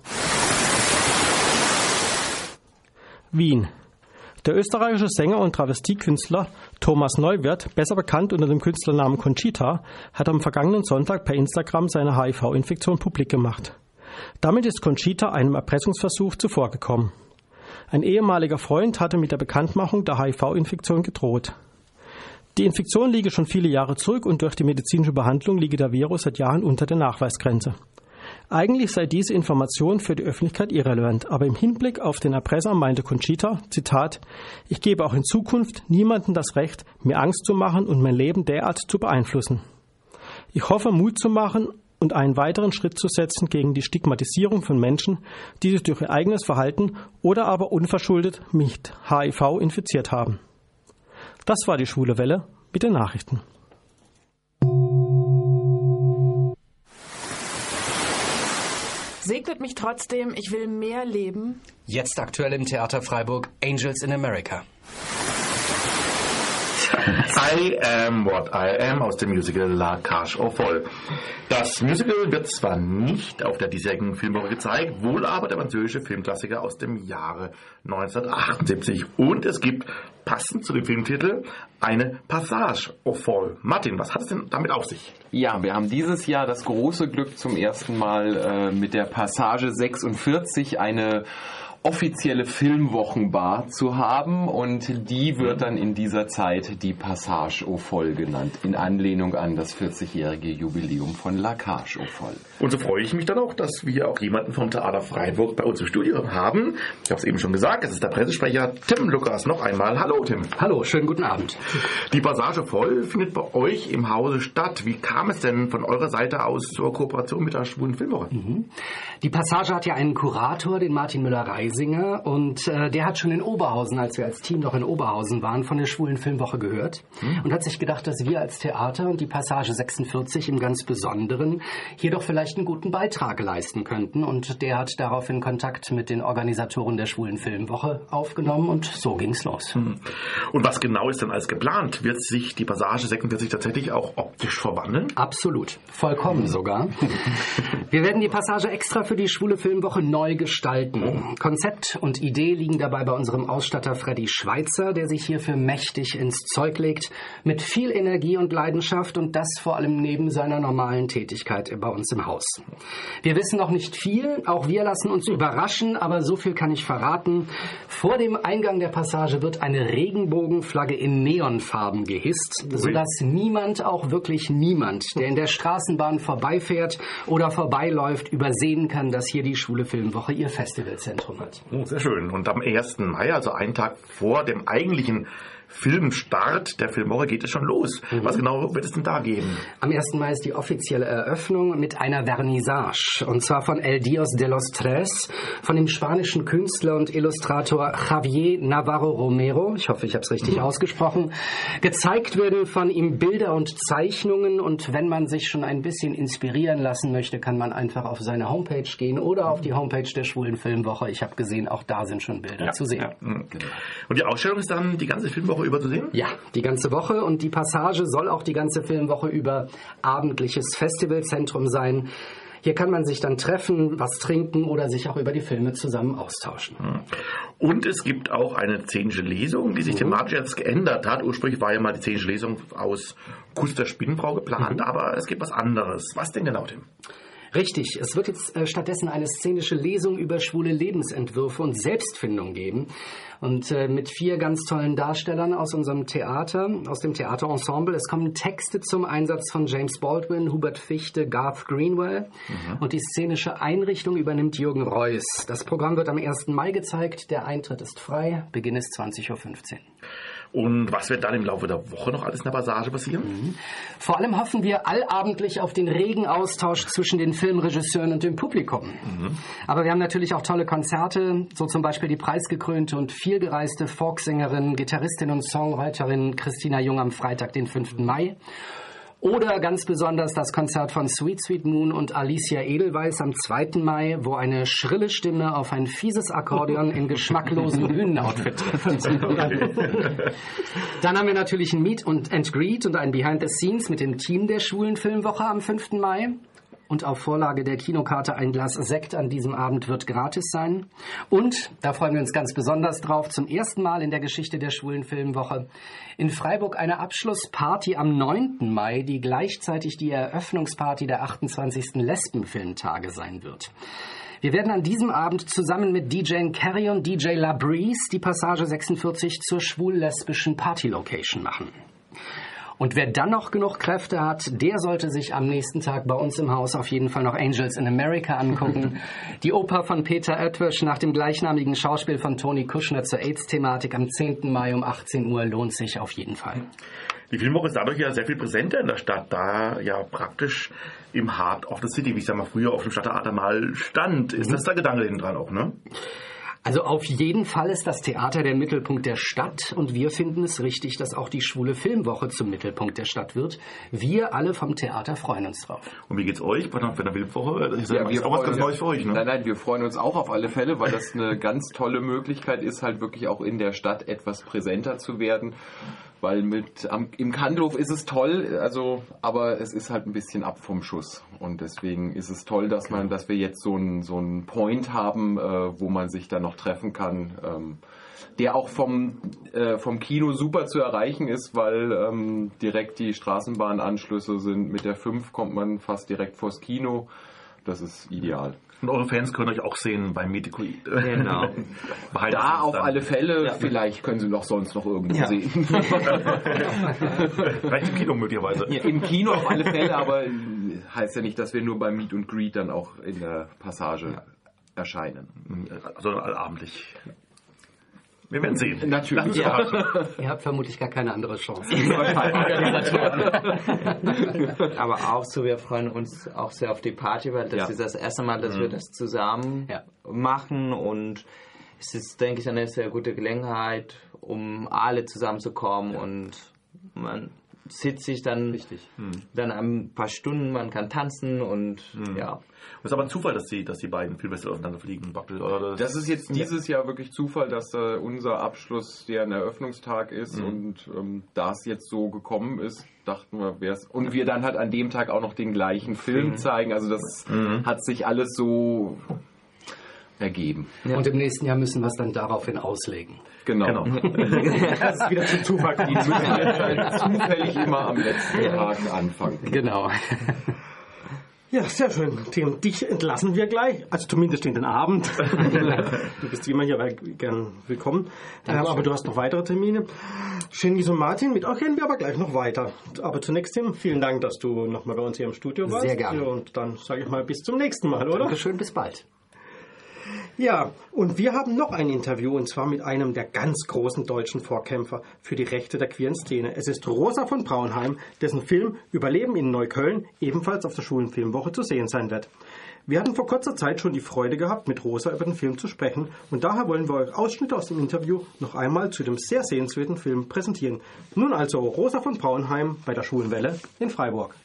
Wien. Der österreichische Sänger und Travestiekünstler Thomas Neuwirth, besser bekannt unter dem Künstlernamen Conchita, hat am vergangenen Sonntag per Instagram seine H I V-Infektion publik gemacht. Damit ist Conchita einem Erpressungsversuch zuvorgekommen. Ein ehemaliger Freund hatte mit der Bekanntmachung der H I V-Infektion gedroht. Die Infektion liege schon viele Jahre zurück und durch die medizinische Behandlung liege der Virus seit Jahren unter der Nachweisgrenze. Eigentlich sei diese Information für die Öffentlichkeit irrelevant, aber im Hinblick auf den Erpresser meinte Conchita, Zitat, ich gebe auch in Zukunft niemandem das Recht, mir Angst zu machen und mein Leben derart zu beeinflussen. Ich hoffe, Mut zu machen und einen weiteren Schritt zu setzen gegen die Stigmatisierung von Menschen, die sich durch ihr eigenes Verhalten oder aber unverschuldet mit H I V infiziert haben. Das war die Schwule Welle mit den Nachrichten. Segnet mich trotzdem, ich will mehr leben. Jetzt aktuell im Theater Freiburg Angels in America. I Am What I Am aus dem Musical La Cage aux Folles. Das Musical wird zwar nicht auf der diesjährigen Filmwoche gezeigt, wohl aber der französische Filmklassiker aus dem Jahre neunzehnhundertachtundsiebzig. Und es gibt passend zu dem Filmtitel eine Passage aux Folles. Martin, was hat es denn damit auf sich? Ja, wir haben dieses Jahr das große Glück, zum ersten Mal äh, mit der Passage sechsundvierzig eine offizielle Filmwochenbar zu haben, und die wird dann in dieser Zeit die Passage aux Folles genannt, in Anlehnung an das vierzigjährige Jubiläum von La Cage aux Folles. Und so freue ich mich dann auch, dass wir auch jemanden vom Theater Freiburg bei uns im Studio haben. Ich habe es eben schon gesagt, es ist der Pressesprecher Tim Lukas. Noch einmal. Hallo Tim. Hallo, schönen guten Abend. Die Passage aux Folles findet bei euch im Hause statt. Wie kam es denn von eurer Seite aus zur Kooperation mit der Schwulen Filmwoche? Mhm. Die Passage hat ja einen Kurator, den Martin Müller-Reisinger, und äh, der hat schon in Oberhausen, als wir als Team noch in Oberhausen waren, von der Schwulen Filmwoche gehört mhm. und hat sich gedacht, dass wir als Theater und die Passage sechsundvierzig im ganz Besonderen hier doch vielleicht einen guten Beitrag leisten könnten, und der hat daraufhin Kontakt mit den Organisatoren der Schwulen Filmwoche aufgenommen, und so ging's los. Mhm. Und was genau ist denn alles geplant? Wird sich die Passage sechsundvierzig tatsächlich auch optisch verwandeln? Absolut, vollkommen sogar. Wir werden die Passage extra für die Schwule Filmwoche neu gestalten. Konzept und Idee liegen dabei bei unserem Ausstatter Freddy Schweitzer, der sich hierfür mächtig ins Zeug legt, mit viel Energie und Leidenschaft, und das vor allem neben seiner normalen Tätigkeit bei uns im Haus. Wir wissen noch nicht viel, auch wir lassen uns überraschen, aber so viel kann ich verraten. Vor dem Eingang der Passage wird eine Regenbogenflagge in Neonfarben gehisst, sodass niemand, auch wirklich niemand, der in der Straßenbahn vorbeifährt oder vorbeiläuft, übersehen kann, dass hier die Schwule Filmwoche ihr Festivalzentrum hat. Oh, sehr schön. Und am ersten Mai, also einen Tag vor dem eigentlichen Filmstart der Filmwoche, geht es schon los. Mhm. Was genau wird es denn da geben? Am ersten Mai ist die offizielle Eröffnung mit einer Vernissage. Und zwar von El Dios de los Tres, von dem spanischen Künstler und Illustrator Javier Navarro Romero. Ich hoffe, ich habe es richtig mhm. ausgesprochen. Gezeigt werden von ihm Bilder und Zeichnungen. Und wenn man sich schon ein bisschen inspirieren lassen möchte, kann man einfach auf seine Homepage gehen oder auf die Homepage der Schwulen Filmwoche. Ich habe gesehen, auch da sind schon Bilder ja, zu sehen. Ja. Mhm. Und die Ausstellung ist dann die ganze Filmwoche über zu sehen? Ja, die ganze Woche, und die Passage soll auch die ganze Filmwoche über abendliches Festivalzentrum sein. Hier kann man sich dann treffen, was trinken oder sich auch über die Filme zusammen austauschen. Und es gibt auch eine szenische Lesung, die sich thematisch jetzt geändert hat. Ursprünglich war ja mal die szenische Lesung aus Kuss der Spinnenfrau geplant, mhm. aber es gibt was anderes. Was denn genau, Tim? Richtig, es wird jetzt äh, stattdessen eine szenische Lesung über schwule Lebensentwürfe und Selbstfindung geben. Und äh, mit vier ganz tollen Darstellern aus unserem Theater, aus dem Theaterensemble. Es kommen Texte zum Einsatz von James Baldwin, Hubert Fichte, Garth Greenwell. Mhm. Und die szenische Einrichtung übernimmt Jürgen Reuss. Das Programm wird am ersten Mai gezeigt. Der Eintritt ist frei. Beginn ist zwanzig Uhr fünfzehn. Und was wird dann im Laufe der Woche noch alles in der Passage passieren? Mhm. Vor allem hoffen wir allabendlich auf den regen Austausch zwischen den Filmregisseuren und dem Publikum. Mhm. Aber wir haben natürlich auch tolle Konzerte, so zum Beispiel die preisgekrönte und vielgereiste Folksängerin, Gitarristin und Songwriterin Christina Jung am Freitag, den fünften Mai. Oder ganz besonders das Konzert von Sweet Sweet Moon und Alicia Edelweiss am zweiten Mai, wo eine schrille Stimme auf ein fieses Akkordeon in geschmacklosen Bühnenoutfit trifft. Dann haben wir natürlich ein Meet und and Greet und ein Behind the Scenes mit dem Team der Schwulen Filmwoche am fünften Mai. Und auf Vorlage der Kinokarte ein Glas Sekt an diesem Abend wird gratis sein. Und, da freuen wir uns ganz besonders drauf, zum ersten Mal in der Geschichte der Schwulen Filmwoche in Freiburg eine Abschlussparty am neunten Mai, die gleichzeitig die Eröffnungsparty der achtundzwanzigsten Lesbenfilmtage sein wird. Wir werden an diesem Abend zusammen mit D J Carrie und D J La Breeze die Passage sechsundvierzig zur schwul-lesbischen Party-Location machen. Und wer dann noch genug Kräfte hat, der sollte sich am nächsten Tag bei uns im Haus auf jeden Fall noch Angels in America angucken. Die Oper von Peter Oetwisch nach dem gleichnamigen Schauspiel von Toni Kuschner zur AIDS-Thematik am zehnten Mai um achtzehn Uhr lohnt sich auf jeden Fall. Die Filmwoche ist dadurch ja sehr viel präsenter in der Stadt, da ja praktisch im Heart of the City, wie es ja mal früher auf dem Stadttheater mal stand. Ist das der Gedanke hinten dran auch, ne? Also auf jeden Fall ist das Theater der Mittelpunkt der Stadt und wir finden es richtig, dass auch die Schwule Filmwoche zum Mittelpunkt der Stadt wird. Wir alle vom Theater freuen uns drauf. Und wie geht's euch bei der Filmwoche? Das ist ja, ja, wir auch was ganz Neues für euch, ne? Nein, nein, wir freuen uns auch auf alle Fälle, weil das eine ganz tolle Möglichkeit ist, halt wirklich auch in der Stadt etwas präsenter zu werden. Weil mit am, im Kannhof ist es toll, also, aber es ist halt ein bisschen ab vom Schuss. Und deswegen ist es toll, dass man, dass wir jetzt so einen so einen Point haben, äh, wo man sich dann noch treffen kann, ähm, der auch vom, äh, vom Kino super zu erreichen ist, weil ähm, direkt die Straßenbahnanschlüsse sind. Mit der fünf kommt man fast direkt vors Kino. Das ist ideal. Und eure Fans können euch auch sehen beim Meet and Greet. Genau. Da auf alle Fälle, ja. Vielleicht können sie noch sonst noch irgendwo ja. sehen. Vielleicht im Kino möglicherweise. Ja, im Kino auf alle Fälle, aber heißt ja nicht, dass wir nur beim Meet and Greet dann auch in der Passage ja. erscheinen. Sondern allabendlich. Wir werden sehen. Natürlich. Ja. Ihr habt vermutlich gar keine andere Chance. Aber auch so, wir freuen uns auch sehr auf die Party, weil das ja. ist das erste Mal, dass mhm. wir das zusammen ja. machen und es ist, denke ich, eine sehr gute Gelegenheit, um alle zusammenzukommen und man sitzt sich dann, Richtig. dann ein paar Stunden, man kann tanzen und mhm. ja. Es ist aber ein Zufall, dass die, dass die beiden viel besser aufeinander fliegen. Oder das, das ist jetzt dieses Jahr wirklich Zufall, dass äh, unser Abschluss der Eröffnungstag ist mhm. und ähm, da es jetzt so gekommen ist, dachten wir, wär's. Und wir dann halt an dem Tag auch noch den gleichen Film mhm. zeigen. Also das mhm. hat sich alles so ergeben. Ja. Und im nächsten Jahr müssen wir es dann daraufhin auslegen. Genau. genau. Das ist wieder zu Zufall. Die müssen halt zufällig immer am letzten ja. Tag anfangen. Genau. Ja, sehr schön, Tim. Dich entlassen wir gleich, also zumindest in den Abend. Du bist immer hier gern willkommen. Ähm, aber du hast noch weitere Termine. Schengis und Martin, mit euch reden wir aber gleich noch weiter. Aber zunächst, Tim, vielen Dank, dass du nochmal bei uns hier im Studio warst. Sehr gerne. Und dann sage ich mal bis zum nächsten Mal, oder? Dankeschön, bis bald. Ja, und wir haben noch ein Interview, und zwar mit einem der ganz großen deutschen Vorkämpfer für die Rechte der queeren Szene. Es ist Rosa von Braunheim, dessen Film Überleben in Neukölln ebenfalls auf der Schwulen Filmwoche zu sehen sein wird. Wir hatten vor kurzer Zeit schon die Freude gehabt, mit Rosa über den Film zu sprechen, und daher wollen wir euch Ausschnitte aus dem Interview noch einmal zu dem sehr sehenswerten Film präsentieren. Nun also Rosa von Braunheim bei der Schwulen Welle in Freiburg.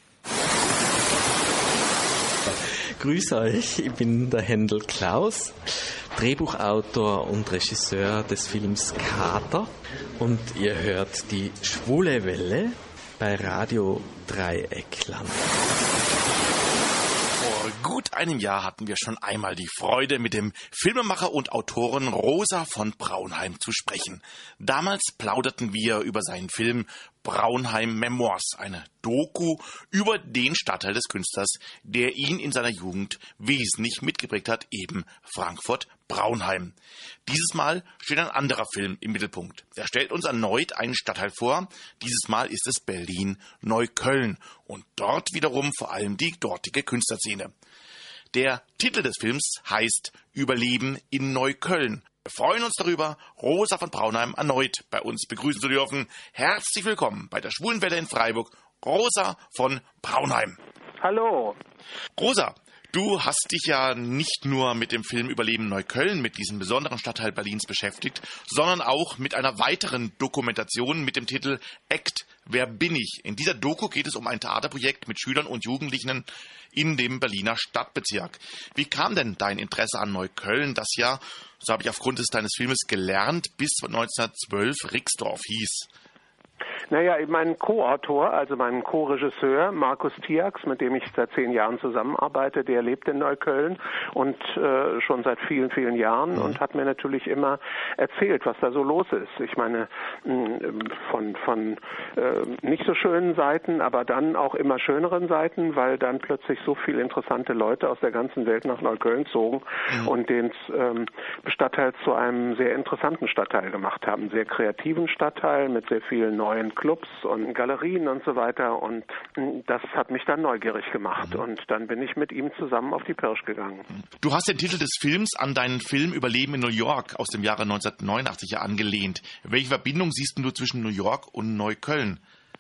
Grüß euch, ich bin der Händel Klaus, Drehbuchautor und Regisseur des Films Kater, und ihr hört die Schwule Welle bei Radio Dreieckland. For gut einem Jahr hatten wir schon einmal die Freude, mit dem Filmemacher und Autoren Rosa von Braunheim zu sprechen. Damals plauderten wir über seinen Film Braunheim Memoirs, eine Doku über den Stadtteil des Künstlers, der ihn in seiner Jugend wesentlich mitgeprägt hat, eben Frankfurt-Braunheim. Dieses Mal steht ein anderer Film im Mittelpunkt. Er stellt uns erneut einen Stadtteil vor. Dieses Mal ist es Berlin-Neukölln und dort wiederum vor allem die dortige Künstlerszene. Der Titel des Films heißt Überleben in Neukölln. Wir freuen uns darüber, Rosa von Braunheim erneut bei uns begrüßen zu dürfen. Herzlich willkommen bei der Schwulenwelle in Freiburg, Rosa von Braunheim. Hallo. Rosa, du hast dich ja nicht nur mit dem Film Überleben in Neukölln, mit diesem besonderen Stadtteil Berlins beschäftigt, sondern auch mit einer weiteren Dokumentation mit dem Titel Act, wer bin ich? In dieser Doku geht es um ein Theaterprojekt mit Schülern und Jugendlichen in dem Berliner Stadtbezirk. Wie kam denn dein Interesse an Neukölln, das ja, so habe ich aufgrund des deines Filmes gelernt, bis neunzehnhundertzwölf Rixdorf hieß? Naja, mein Co-Autor, also mein Co-Regisseur Markus Tiax, mit dem ich seit zehn Jahren zusammenarbeite, der lebt in Neukölln und äh, schon seit vielen, vielen Jahren mhm. und hat mir natürlich immer erzählt, was da so los ist. Ich meine, von, von äh, nicht so schönen Seiten, aber dann auch immer schöneren Seiten, weil dann plötzlich so viele interessante Leute aus der ganzen Welt nach Neukölln zogen mhm. und den ähm, Stadtteil zu einem sehr interessanten Stadtteil gemacht haben. Sehr kreativen Stadtteil mit sehr vielen neuen Clubs und Galerien und so weiter und das hat mich dann neugierig gemacht mhm. und dann bin ich mit ihm zusammen auf die Pirsch gegangen. Du hast den Titel des Films an deinen Film Überleben in New York aus dem Jahre neunzehnhundertneunundachtzig angelehnt. Welche Verbindung siehst du zwischen New York und Neukölln?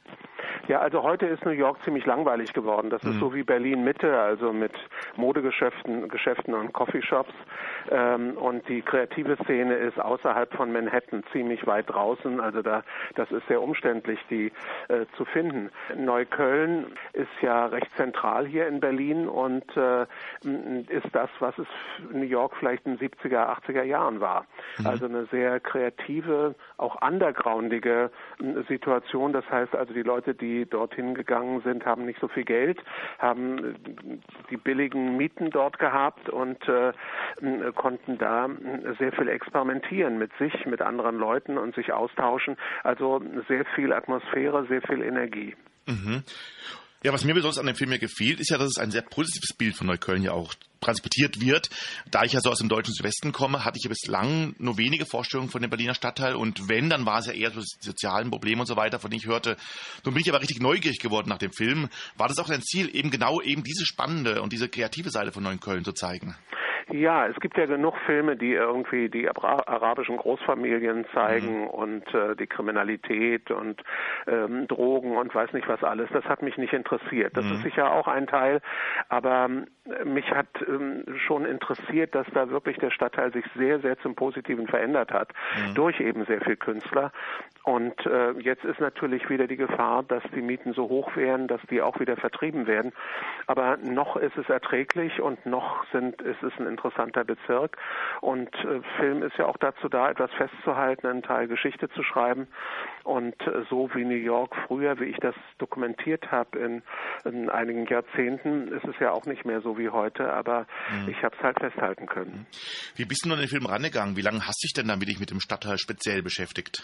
Ja, also heute ist New York ziemlich langweilig geworden. Das mhm. ist so wie Berlin-Mitte, also mit Modegeschäften Geschäften und Coffeeshops. Ähm, und die kreative Szene ist außerhalb von Manhattan ziemlich weit draußen. Also da, das ist sehr umständlich, die äh, zu finden. Neukölln ist ja recht zentral hier in Berlin und äh, ist das, was es New York vielleicht in den siebziger, achtziger Jahren war. Mhm. Also eine sehr kreative, auch undergroundige Situation. Das heißt also, die Leute, die dorthin gegangen sind, haben nicht so viel Geld, haben die billigen Mieten dort gehabt und äh, konnten da sehr viel experimentieren mit sich, mit anderen Leuten und sich austauschen. Also sehr viel Atmosphäre, sehr viel Energie. Mhm. Ja, was mir besonders an dem Film hier gefällt, ist ja, dass es ein sehr positives Bild von Neukölln ja auch transportiert wird. Da ich ja so aus dem deutschen Südwesten komme, hatte ich ja bislang nur wenige Vorstellungen von dem Berliner Stadtteil und wenn, dann war es ja eher so die sozialen Probleme und so weiter, von denen ich hörte. Nun bin ich aber richtig neugierig geworden nach dem Film. War das auch dein Ziel, eben genau eben diese spannende und diese kreative Seite von Neukölln zu zeigen? Ja, es gibt ja genug Filme, die irgendwie die arabischen Großfamilien zeigen mhm. und äh, die Kriminalität und ähm, Drogen und weiß nicht was alles. Das hat mich nicht interessiert. Das mhm. ist sicher auch ein Teil, aber äh, mich hat ähm, schon interessiert, dass da wirklich der Stadtteil sich sehr, sehr zum Positiven verändert hat, mhm. durch eben sehr viel Künstler. Und äh, jetzt ist natürlich wieder die Gefahr, dass die Mieten so hoch werden, dass die auch wieder vertrieben werden. Aber noch ist es erträglich und noch sind, ist es ein interessanter Bezirk und äh, Film ist ja auch dazu da, etwas festzuhalten, einen Teil Geschichte zu schreiben und äh, so wie New York früher, wie ich das dokumentiert habe in, in einigen Jahrzehnten, ist es ja auch nicht mehr so wie heute, aber mhm. ich habe es halt festhalten können. Wie bist du an den Film rangegangen? Wie lange hast du dich denn damit mit dem Stadtteil speziell beschäftigt?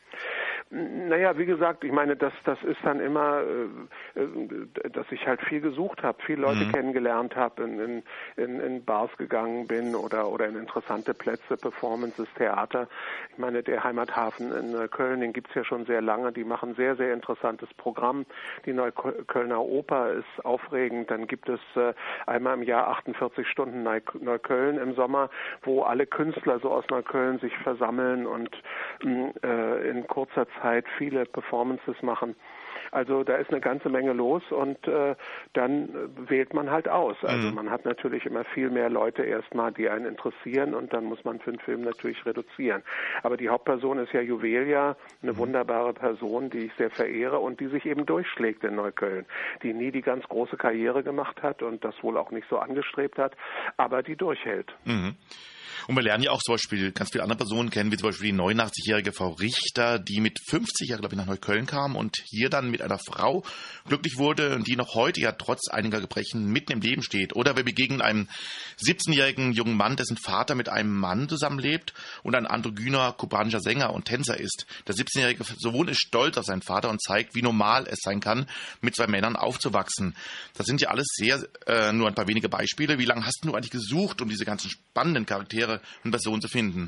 Naja, wie gesagt, ich meine, das, das ist dann immer, äh, dass ich halt viel gesucht habe, viele Leute mhm. kennengelernt habe, in, in, in Bars gegangen bin oder, oder in interessante Plätze, Performances, Theater. Ich meine, der Heimathafen in Köln, den gibt's ja schon sehr lange, die machen sehr, sehr interessantes Programm. Die Neuköllner Oper ist aufregend, dann gibt es äh, einmal im Jahr achtundvierzig Stunden Neukölln im Sommer, wo alle Künstler so aus Neukölln sich versammeln und äh, in kurzer Zeit viele Performances machen. Also da ist eine ganze Menge los und äh, dann wählt man halt aus. Also mhm. man hat natürlich immer viel mehr Leute erstmal, die einen interessieren und dann muss man für den Film natürlich reduzieren. Aber die Hauptperson ist ja Juvelia, eine mhm. wunderbare Person, die ich sehr verehre und die sich eben durchschlägt in Neukölln, die nie die ganz große Karriere gemacht hat und das wohl auch nicht so angestrebt hat, aber die durchhält. Mhm. Und wir lernen ja auch zum Beispiel ganz viele andere Personen kennen, wie zum Beispiel die neunundachtzigjährige Frau Richter, die mit fünfzig Jahren, glaube ich, nach Neukölln kam und hier dann mit einer Frau glücklich wurde und die noch heute ja trotz einiger Gebrechen mitten im Leben steht. Oder wir begegnen einem siebzehnjährigen jungen Mann, dessen Vater mit einem Mann zusammenlebt und ein androgyner kubanischer Sänger und Tänzer ist. Der siebzehnjährige Sohn ist stolz auf seinen Vater und zeigt, wie normal es sein kann, mit zwei Männern aufzuwachsen. Das sind ja alles sehr, äh, nur ein paar wenige Beispiele. Wie lange hast du eigentlich gesucht, um diese ganzen spannenden Charaktere und Personen zu finden?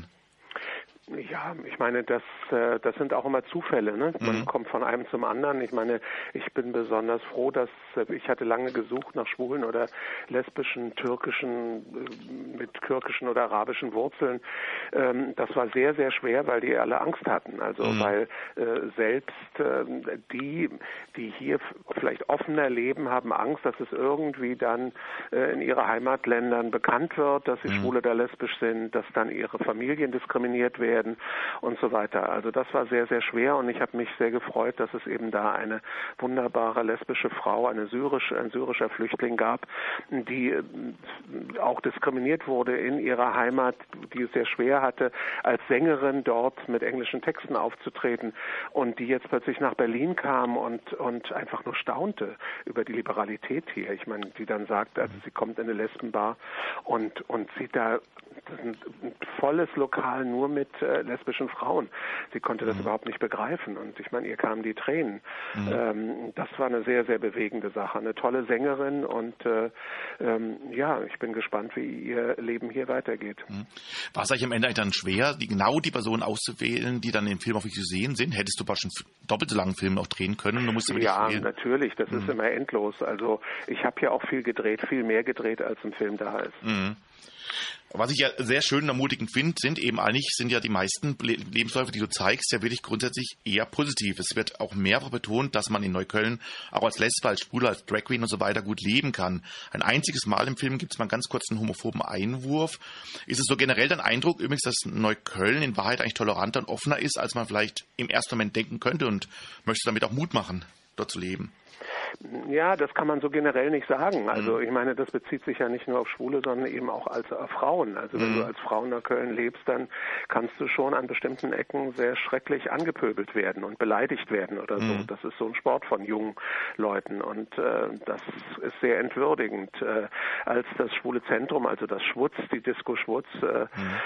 Ja, ich meine, das, äh, das sind auch immer Zufälle, ne? Man Mhm. kommt von einem zum anderen. Ich meine, ich bin besonders froh, dass äh, ich hatte lange gesucht nach schwulen oder lesbischen, türkischen, äh, mit türkischen oder arabischen Wurzeln. Ähm, das war sehr, sehr schwer, weil die alle Angst hatten. Also Mhm. weil äh, selbst äh, die, die hier f- vielleicht offener leben, haben Angst, dass es irgendwie dann äh, in ihre Heimatländern bekannt wird, dass sie Mhm. schwul oder lesbisch sind, dass dann ihre Familien diskriminiert werden und so weiter. Also das war sehr, sehr schwer und ich habe mich sehr gefreut, dass es eben da eine wunderbare lesbische Frau, eine syrische, ein syrischer Flüchtling gab, die äh, auch diskriminiert wurde in ihrer Heimat, die es sehr schwer hatte, als Sängerin dort mit englischen Texten aufzutreten und die jetzt plötzlich nach Berlin kam und, und einfach nur staunte über die Liberalität hier. Ich meine, die dann sagt, also sie kommt in eine Lesbenbar und, und sieht da ein volles Lokal nur mit äh, lesbischen Frauen. Sie konnte das Mhm. überhaupt nicht begreifen und ich meine, ihr kamen die Tränen. Mhm. Ähm, das war eine sehr, sehr bewegende Sache. Eine tolle Sängerin und äh, ähm, ja, ich bin gespannt, wie ihr Leben hier weitergeht. War es eigentlich am Ende eigentlich dann schwer, die, genau die Personen auszuwählen, die dann im Film auch wirklich zu sehen sind? Hättest du fast schon doppelt so langen Film noch drehen können? Du musst wirklich Ja, wählen. natürlich. Das Mhm. ist immer endlos. Also ich habe ja auch viel gedreht, viel mehr gedreht, als im Film da ist. Mhm. Was ich ja sehr schön und ermutigend finde, sind eben eigentlich, sind ja die meisten Le- Lebensläufe, die du zeigst, ja wirklich grundsätzlich eher positiv. Es wird auch mehrfach betont, dass man in Neukölln auch als Lesbe, als Schwule, als Drag Queen und so weiter gut leben kann. Ein einziges Mal im Film gibt es mal einen ganz kurzen homophoben Einwurf. Ist es so generell dein Eindruck übrigens, dass Neukölln in Wahrheit eigentlich toleranter und offener ist, als man vielleicht im ersten Moment denken könnte und möchtest damit auch Mut machen, dort zu leben? Ja, das kann man so generell nicht sagen. Also ich meine, das bezieht sich ja nicht nur auf Schwule, sondern eben auch als auf Frauen. Also wenn Mhm. du als Frau in Neukölln lebst, dann kannst du schon an bestimmten Ecken sehr schrecklich angepöbelt werden und beleidigt werden oder so. Mhm. Das ist so ein Sport von jungen Leuten und äh, das ist sehr entwürdigend. Äh, als das Schwule Zentrum, also das Schwutz, die Disco Schwutz, äh,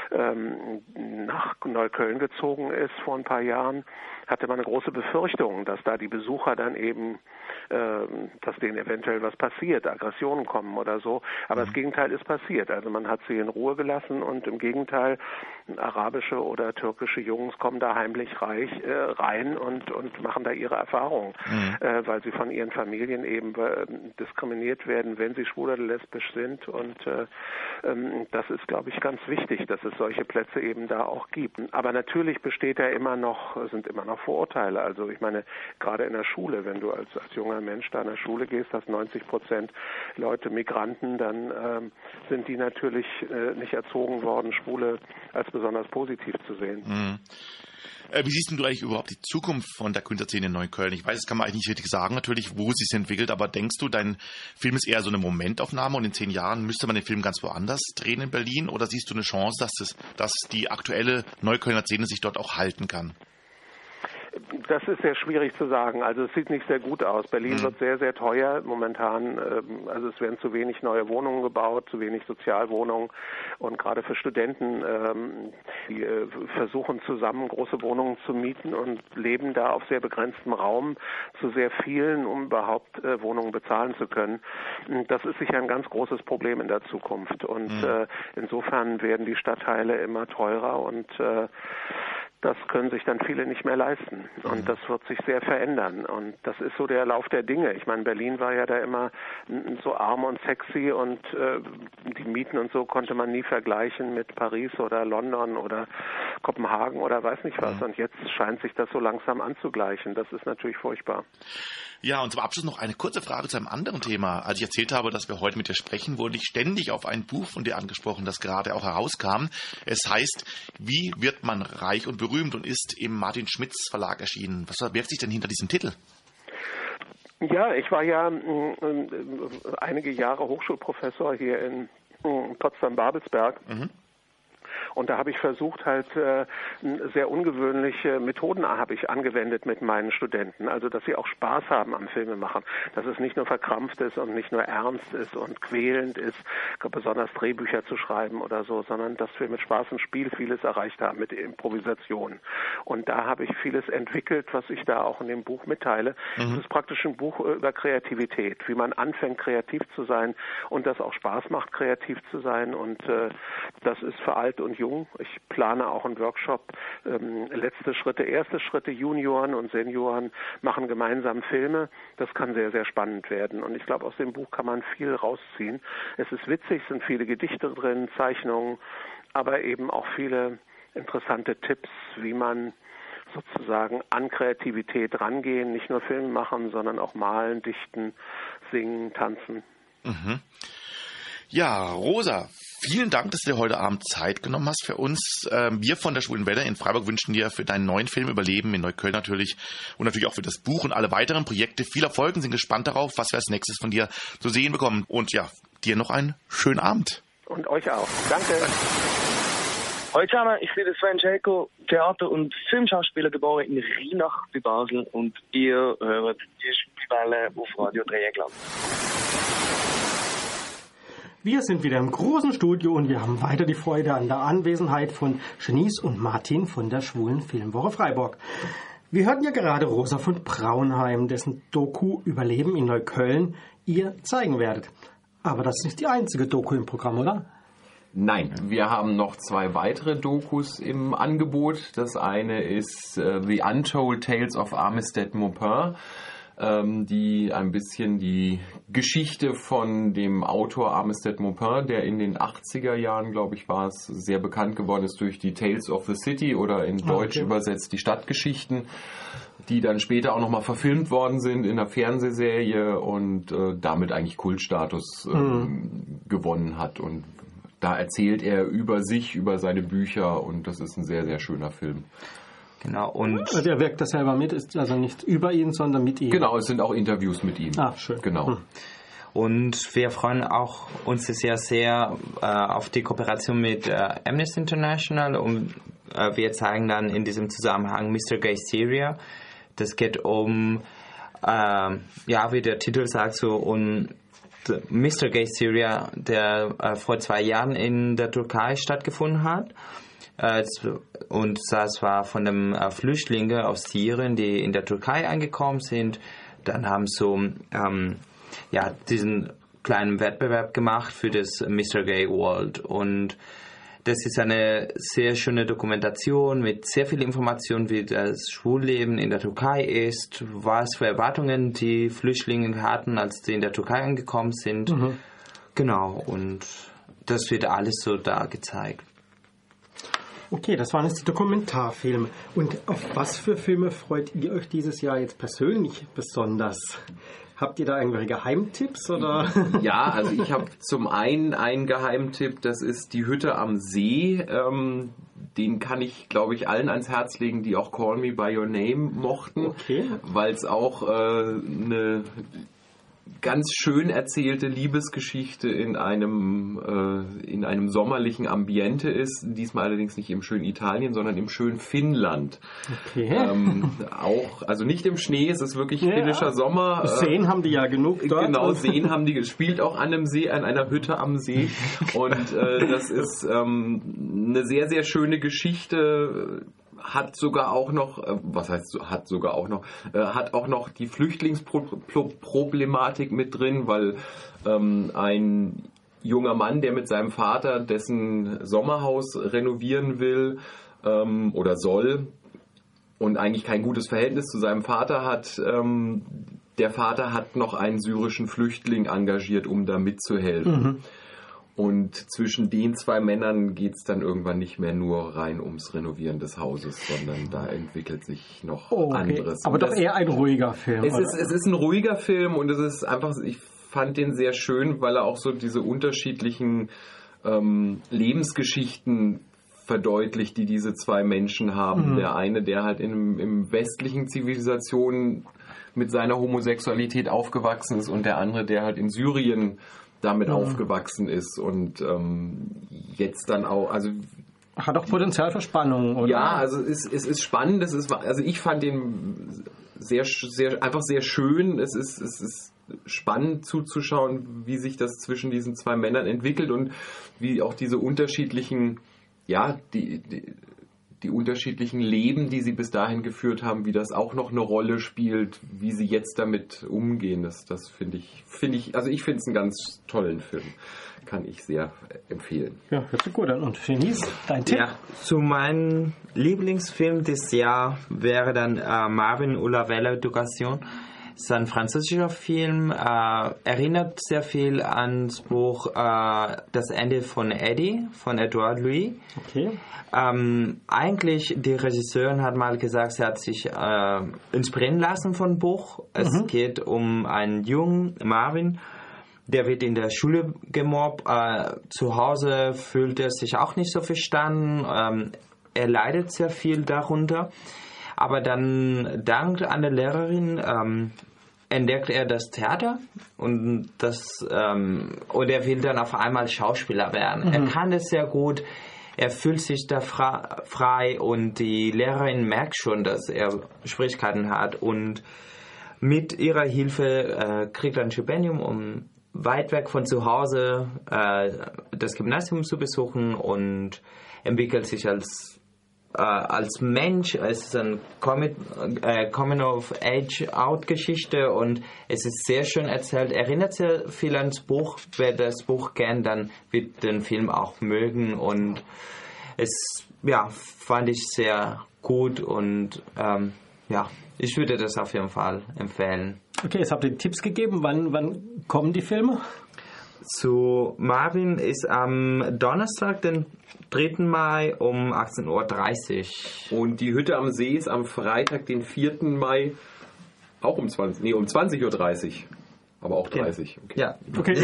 ähm, nach Neukölln gezogen ist vor ein paar Jahren, hatte man eine große Befürchtung, dass da die Besucher dann eben, äh, dass denen eventuell was passiert, Aggressionen kommen oder so. Aber das Gegenteil ist passiert. Also man hat sie in Ruhe gelassen und im Gegenteil, arabische oder türkische Jungs kommen da heimlich reich, äh, rein und, und machen da ihre Erfahrungen, Mhm. äh, weil sie von ihren Familien eben äh, diskriminiert werden, wenn sie schwul oder lesbisch sind. Und äh, ähm, das ist, glaube ich, ganz wichtig, dass es solche Plätze eben da auch gibt. Aber natürlich besteht da immer noch, sind immer noch Vorurteile. Also ich meine, gerade in der Schule, wenn du als, als junger Mensch da in der Schule gehst, hast neunzig Prozent Leute Migranten, dann ähm, sind die natürlich äh, nicht erzogen worden, Schwule als besonders positiv zu sehen. Mhm. Äh, Wie siehst denn du eigentlich überhaupt die Zukunft von der Künstlerszene in Neukölln? Ich weiß, das kann man eigentlich nicht richtig sagen, natürlich, wo sie sich entwickelt, aber denkst du, dein Film ist eher so eine Momentaufnahme und in zehn Jahren müsste man den Film ganz woanders drehen in Berlin? Oder siehst du eine Chance, dass, das, dass die aktuelle Neuköllner Szene sich dort auch halten kann? Das ist sehr schwierig zu sagen. Also es sieht nicht sehr gut aus. Berlin Mhm. wird sehr, sehr teuer momentan. ähm, Also es werden zu wenig neue Wohnungen gebaut, zu wenig Sozialwohnungen. Und gerade für Studenten, ähm, die äh, versuchen zusammen große Wohnungen zu mieten und leben da auf sehr begrenztem Raum zu sehr vielen, um überhaupt äh, Wohnungen bezahlen zu können. Das ist sicher ein ganz großes Problem in der Zukunft. Und Mhm. äh, insofern werden die Stadtteile immer teurer und äh, das können sich dann viele nicht mehr leisten. Und das wird sich sehr verändern. Und das ist so der Lauf der Dinge. Ich meine, Berlin war ja da immer mm, so arm und sexy und äh, die Mieten und so konnte man nie vergleichen mit Paris oder London oder Kopenhagen oder weiß nicht was. Und jetzt scheint sich das so langsam anzugleichen. Das ist natürlich furchtbar. Ja, und zum Abschluss noch eine kurze Frage zu einem anderen Thema. Als ich erzählt habe, dass wir heute mit dir sprechen, wurde ich ständig auf ein Buch von dir angesprochen, das gerade auch herauskam. Es heißt, wie wird man reich und berühmt und ist im Martin Schmitz Verlag erschienen. Was verbirgt sich denn hinter diesem Titel? Ja, ich war ja äh, einige Jahre Hochschulprofessor hier in äh, Potsdam-Babelsberg. Mhm. Und da habe ich versucht, halt äh, sehr ungewöhnliche Methoden habe ich angewendet mit meinen Studenten. Also, dass sie auch Spaß haben am Filmemachen. Dass es nicht nur verkrampft ist und nicht nur ernst ist und quälend ist, besonders Drehbücher zu schreiben oder so, sondern dass wir mit Spaß und Spiel vieles erreicht haben, mit Improvisation. Und da habe ich vieles entwickelt, was ich da auch in dem Buch mitteile. Mhm. Es ist praktisch ein Buch über Kreativität, wie man anfängt, kreativ zu sein und das auch Spaß macht, kreativ zu sein. Und äh, das ist für alt und jung. Ich plane auch einen Workshop. Ähm, letzte Schritte, erste Schritte, Junioren und Senioren machen gemeinsam Filme. Das kann sehr, sehr spannend werden. Und ich glaube, aus dem Buch kann man viel rausziehen. Es ist witzig, es sind viele Gedichte drin, Zeichnungen, aber eben auch viele interessante Tipps, wie man sozusagen an Kreativität rangehen, nicht nur Filme machen, sondern auch malen, dichten, singen, tanzen. Mhm. Ja, Rosa, vielen Dank, dass du dir heute Abend Zeit genommen hast für uns. Wir von der Schwulen Welle in Freiburg wünschen dir für deinen neuen Film Überleben in Neukölln natürlich und natürlich auch für das Buch und alle weiteren Projekte viel Erfolg und sind gespannt darauf, was wir als nächstes von dir zu sehen bekommen. Und ja, dir noch einen schönen Abend. Und euch auch. Danke. Hallo zusammen, ich bin Sven Schelko, Theater- und Filmschauspieler, geboren in Rheinach bei Basel und ihr hört die Schwulenwelle auf Radio Dreieckland. Wir sind wieder im großen Studio und wir haben weiter die Freude an der Anwesenheit von Janice und Martin von der Schwulen Filmwoche Freiburg. Wir hörten ja gerade Rosa von Braunheim, dessen Doku Überleben in Neukölln ihr zeigen werdet. Aber das ist nicht die einzige Doku im Programm, oder? Nein, wir haben noch zwei weitere Dokus im Angebot. Das eine ist äh, The Untold Tales of Armistead Maupin, ähm, die ein bisschen die Geschichte von dem Autor Armistead Maupin, der in den achtziger Jahren, glaube ich, war es, sehr bekannt geworden ist durch die Tales of the City oder in Deutsch okay. übersetzt die Stadtgeschichten, die dann später auch nochmal verfilmt worden sind in einer Fernsehserie und äh, damit eigentlich Kultstatus äh, mhm. gewonnen hat. Und da erzählt er über sich, über seine Bücher und das ist ein sehr, sehr schöner Film. Genau. Und also er wirkt das selber mit, ist also nicht über ihn, sondern mit ihm. Genau, es sind auch Interviews mit ihm. Ah, schön. Genau. Hm. Und wir freuen auch uns sehr, sehr äh, auf die Kooperation mit äh, Amnesty International und äh, wir zeigen dann in diesem Zusammenhang Mister Gay Syria. Das geht um, äh, ja, wie der Titel sagt, so um Mister Gay Syria, der äh, vor zwei Jahren in der Türkei stattgefunden hat. Äh, und das war von den äh, Flüchtlingen aus Syrien, die in der Türkei angekommen sind. Dann haben so ähm, ja, diesen kleinen Wettbewerb gemacht für das Mister Gay World. Und das ist eine sehr schöne Dokumentation mit sehr viel Information, wie das Schwulleben in der Türkei ist, was für Erwartungen die Flüchtlinge hatten, als sie in der Türkei angekommen sind. Mhm. Genau, und das wird alles so da gezeigt. Okay, das waren jetzt die Dokumentarfilme. Und auf was für Filme freut ihr euch dieses Jahr jetzt persönlich besonders? Habt ihr da irgendwelche Geheimtipps? Oder? Ja, also ich habe zum einen einen Geheimtipp, das ist Die Hütte am See. Ähm, den kann ich, glaube ich, allen ans Herz legen, die auch Call Me By Your Name mochten, okay. weil es auch äh, eine ganz schön erzählte Liebesgeschichte in einem, äh, in einem sommerlichen Ambiente ist. Diesmal allerdings nicht im schönen Italien, sondern im schönen Finnland. Okay. Ähm, auch, also nicht im Schnee, es ist wirklich ja. finnischer Sommer. Seen äh, haben die ja genug dort. Genau, Seen haben die, spielt auch an einem See, an einer Hütte am See. Und äh, das ist ähm, eine sehr, sehr schöne Geschichte. Hat sogar auch noch, was heißt, hat sogar auch noch, hat auch noch die Flüchtlingsproblematik mit drin, weil ähm, ein junger Mann, der mit seinem Vater dessen Sommerhaus renovieren will ähm, oder soll und eigentlich kein gutes Verhältnis zu seinem Vater hat, ähm, der Vater hat noch einen syrischen Flüchtling engagiert, um da mitzuhelfen. Mhm. Und zwischen den zwei Männern geht es dann irgendwann nicht mehr nur rein ums Renovieren des Hauses, sondern da entwickelt sich noch oh, okay. anderes. Aber und doch das, eher ein ruhiger Film. Es ist, es ist ein ruhiger Film und es ist einfach, ich fand den sehr schön, weil er auch so diese unterschiedlichen ähm, Lebensgeschichten verdeutlicht, die diese zwei Menschen haben. Mhm. Der eine, der halt in, im westlichen Zivilisationen mit seiner Homosexualität aufgewachsen ist und der andere, der halt in Syrien damit ja. aufgewachsen ist und ähm, jetzt dann auch, also Hat auch Potenzial für Spannung, oder? Ja, also es, es ist spannend. Es ist, also ich fand den sehr, sehr, einfach sehr schön. Es ist, es ist spannend zuzuschauen, wie sich das zwischen diesen zwei Männern entwickelt und wie auch diese unterschiedlichen, ja, die, die, die unterschiedlichen Leben, die sie bis dahin geführt haben, wie das auch noch eine Rolle spielt, wie sie jetzt damit umgehen. Das, das finde ich, finde ich, also ich finde es einen ganz tollen Film. Kann ich sehr empfehlen. Ja, hört sich gut an. Und Denise, dein Tipp? Ja, zu meinem Lieblingsfilm des Jahres wäre dann äh, Marvin ou la Belle Education. Es ist ein französischer Film, äh, erinnert sehr viel ans Buch äh, Das Ende von Eddie von Edouard Louis. Okay. Ähm, eigentlich, die Regisseurin hat mal gesagt, sie hat sich äh, inspirieren lassen von Buch. Es Mhm. geht um einen jungen Marvin, der wird in der Schule gemobbt. Äh, zu Hause fühlt er sich auch nicht so verstanden. Ähm, er leidet sehr viel darunter. Aber dann, dank einer Lehrerin, ähm, entdeckt er das Theater und das ähm, und er will dann auf einmal Schauspieler werden. Mhm. Er kann es sehr gut. Er fühlt sich da fra- frei und die Lehrerin merkt schon, dass er Schwierigkeiten hat und mit ihrer Hilfe äh, kriegt er ein Stipendium, um weit weg von zu Hause äh, das Gymnasium zu besuchen und entwickelt sich als, äh, als Mensch. Es ist eine äh, Coming-of-Age-Out-Geschichte und es ist sehr schön erzählt. Erinnert sehr viel ans Buch. Wer das Buch kennt, dann wird den Film auch mögen und es ja, fand ich sehr gut und ähm, ja, ich würde das auf jeden Fall empfehlen. Okay, jetzt habt ihr Tipps gegeben. Wann, wann kommen die Filme? Zu Marvin ist am Donnerstag, den dritten Mai um achtzehn Uhr dreißig. Und die Hütte am See ist am Freitag, den vierten Mai, auch um zwanzig, nee, um zwanzig Uhr dreißig. Aber auch dreißig. Okay. Ja. Okay,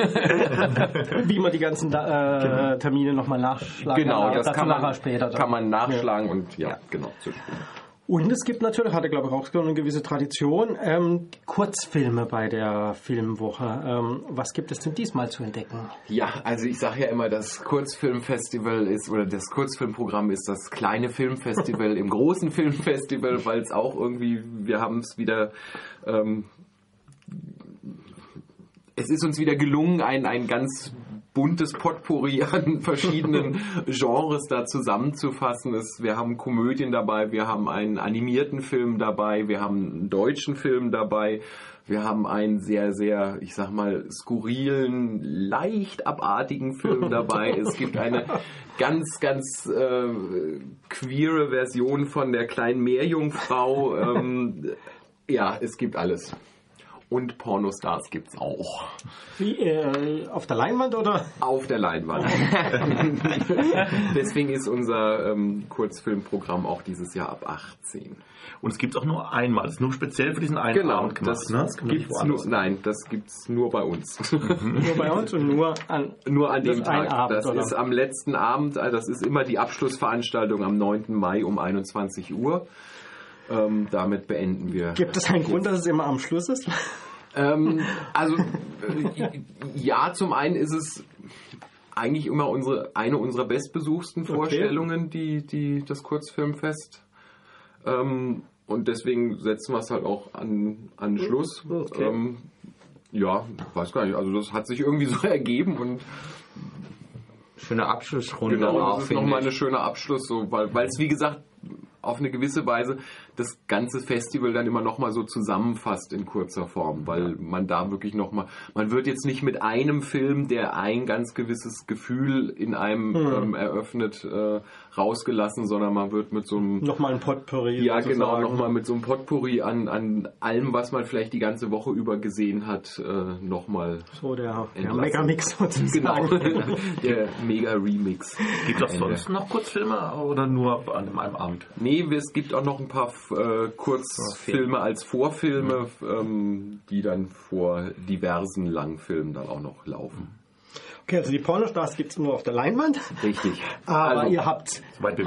wie man die ganzen äh, Termine nochmal nachschlagen Genau, das kann man, später kann man nachschlagen ja. und ja, ja. genau. Und es gibt natürlich, hatte glaube ich auch eine gewisse Tradition, ähm, Kurzfilme bei der Filmwoche. Ähm, was gibt es denn diesmal zu entdecken? Ja, also ich sage ja immer, das Kurzfilmfestival ist, oder das Kurzfilmprogramm ist das kleine Filmfestival im großen Filmfestival, weil es auch irgendwie, wir haben es wieder... Ähm, Es ist uns wieder gelungen, ein, ein ganz buntes Potpourri an verschiedenen Genres da zusammenzufassen. Es, wir haben Komödien dabei, wir haben einen animierten Film dabei, wir haben einen deutschen Film dabei, wir haben einen sehr, sehr, ich sag mal, skurrilen, leicht abartigen Film dabei. Es gibt eine ganz, ganz äh, queere Version von der kleinen Meerjungfrau. Ähm, ja, es gibt alles. Und Pornostars gibt's auch. Wie, äh, auf der Leinwand oder? Auf der Leinwand. Deswegen ist unser ähm, Kurzfilmprogramm auch dieses Jahr ab achtzehn. Und es gibt's auch nur einmal. Das ist nur speziell für diesen einen genau, Abend gemacht. Das, ne? das gibt's nur, nein, das gibt's nur bei uns. Nur bei uns und nur an, nur an dem Tag. Abend, das oder? ist am letzten Abend, das ist immer die Abschlussveranstaltung am neunten Mai um einundzwanzig Uhr. Ähm, damit beenden wir. Gibt es einen Grund, dass es immer am Schluss ist? Ähm, also äh, ja, zum einen ist es eigentlich immer unsere eine unserer bestbesuchten Vorstellungen, okay. die, die das Kurzfilmfest. Ähm, und deswegen setzen wir es halt auch an, an Schluss. Okay. Ähm, ja, weiß gar nicht. Also das hat sich irgendwie so ergeben und schöne Abschlussrunde. Genau, auch, das ist nochmal eine schöne Abschluss, so, weil weil es wie gesagt auf eine gewisse Weise das ganze Festival dann immer nochmal so zusammenfasst in kurzer Form, weil man da wirklich nochmal, man wird jetzt nicht mit einem Film, der ein ganz gewisses Gefühl in einem hm. ähm, eröffnet, äh, rausgelassen, sondern man wird mit so einem... Nochmal ein Potpourri. Ja, sozusagen. genau, nochmal mit so einem Potpourri an, an allem, was man vielleicht die ganze Woche über gesehen hat, äh, nochmal so der, der Megamix sozusagen. Genau, der Mega-Remix. Gibt es sonst noch Kurzfilme oder nur an einem Abend? Nee, es gibt auch noch ein paar äh, Kurzfilme als Vorfilme, mhm. ähm, die dann vor diversen Langfilmen dann auch noch laufen. Okay, also die Pornostars gibt es nur auf der Leinwand. Richtig. Aber also, ihr habt, habt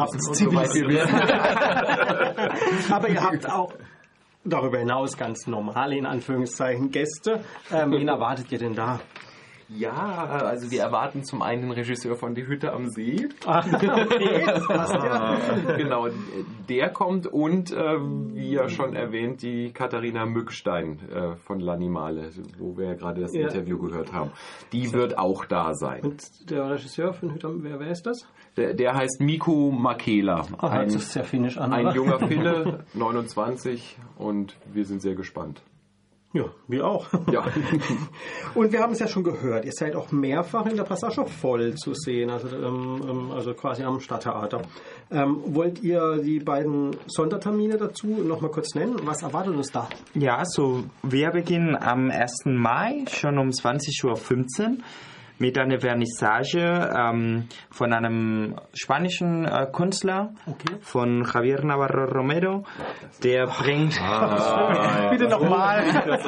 aber ihr habt auch darüber hinaus ganz normale, in Anführungszeichen, Gäste. Ähm, wen erwartet ihr denn da? Ja, also wir erwarten zum einen den Regisseur von Die Hütte am See. Ah, okay, das passt ja. Genau, der kommt und, äh, wie ja schon erwähnt, die Katharina Mückstein äh, von L'Animale, wo wir ja gerade das Ja. Interview gehört haben. Die wird auch da sein. Und der Regisseur von Hütte am, wer, wer ist das? Der, der heißt Mikko Makela. Ach, hört sich sehr finnisch an, Ein oder? junger Finne, neunundzwanzig, und wir sind sehr gespannt. Ja, wir auch. Ja. Und wir haben es ja schon gehört, ihr seid auch mehrfach in der Passage voll zu sehen, also, ähm, also quasi am Stadttheater. Ähm, wollt ihr die beiden Sondertermine dazu noch mal kurz nennen? Was erwartet uns da? Ja, also wir beginnen am ersten Mai schon um zwanzig Uhr fünfzehn mit einer Vernissage ähm, von einem spanischen äh, Künstler, okay. von Javier Navarro Romero. Der bringt... Ah, bitte nochmal.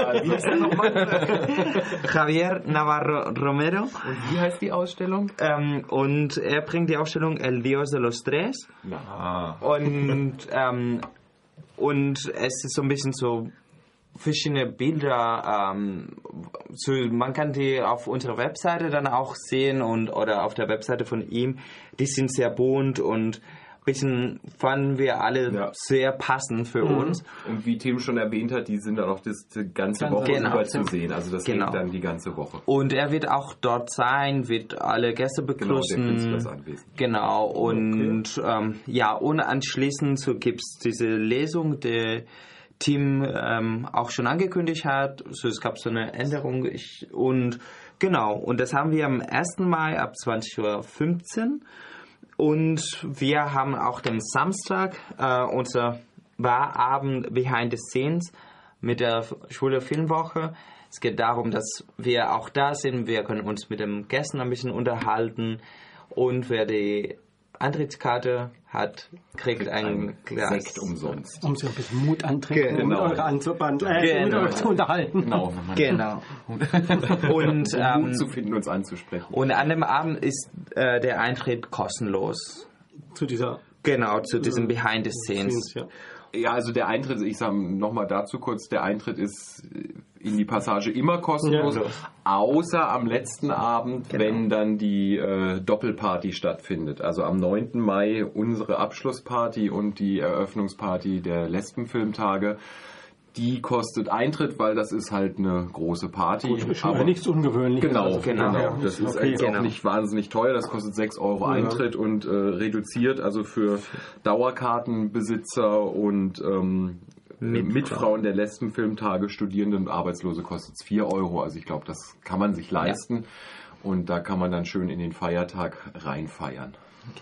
Javier Navarro Romero. Und wie heißt die Ausstellung? Ähm, und er bringt die Ausstellung El Dios de los Tres. Ah. Und, ähm, und es ist so ein bisschen so verschiedene Bilder. Ähm, so, man kann die auf unserer Webseite dann auch sehen und oder auf der Webseite von ihm. Die sind sehr bunt und ein bisschen fanden wir alle Ja. sehr passend für Mhm. uns. Und wie Tim schon erwähnt hat, die sind dann auch das, die ganze Ganze Woche genau. über zu sehen. Also das Genau. geht dann die ganze Woche. Und er wird auch dort sein, wird alle Gäste begrüßen. Genau, der Künstler ist anwesend. Genau, und ähm, ja, und anschließend so gibt es diese Lesung, die Team ähm, auch schon angekündigt hat. So, es gab so eine Änderung. Ich, und genau, und das haben wir am ersten Mai ab zwanzig Uhr fünfzehn. Und wir haben auch den Samstag äh, unser Barabend Behind the Scenes mit der Schwule Filmwoche. Es geht darum, dass wir auch da sind. Wir können uns mit den Gästen ein bisschen unterhalten. Und wer die Antrittskarte hat, kriegt ein Glas Sekt umsonst. Um so ein bisschen Mut antrinken Genau. und eure anzubandeln, äh, Genau. mit euch zu unterhalten. Genau. Genau. Und, um ähm, Mut zu finden, uns anzusprechen. Und an dem Abend ist äh, der Eintritt kostenlos. Zu dieser... Genau, zu diesem Behind the Scenes. Ja. Ja, also der Eintritt, ich sage nochmal dazu kurz, der Eintritt ist in die Passage immer kostenlos, Ja. außer am letzten Abend, Genau. wenn dann die äh, Doppelparty stattfindet. Also am neunten Mai unsere Abschlussparty und die Eröffnungsparty der Lesbenfilmtage. Die kostet Eintritt, weil das ist halt eine große Party. Gut, ist schon nichts Ungewöhnliches. Genau, Also, genau. ja, Das ist okay. jetzt auch Genau. nicht wahnsinnig teuer. Das kostet sechs Euro Ja. Eintritt und äh, reduziert. Also für Dauerkartenbesitzer und ähm, Mitfrauen. Mitfrauen der Lesbenfilmtage, Studierende und Arbeitslose kostet es vier Euro. Also ich glaube, das kann man sich leisten. Und da kann man dann schön in den Feiertag reinfeiern.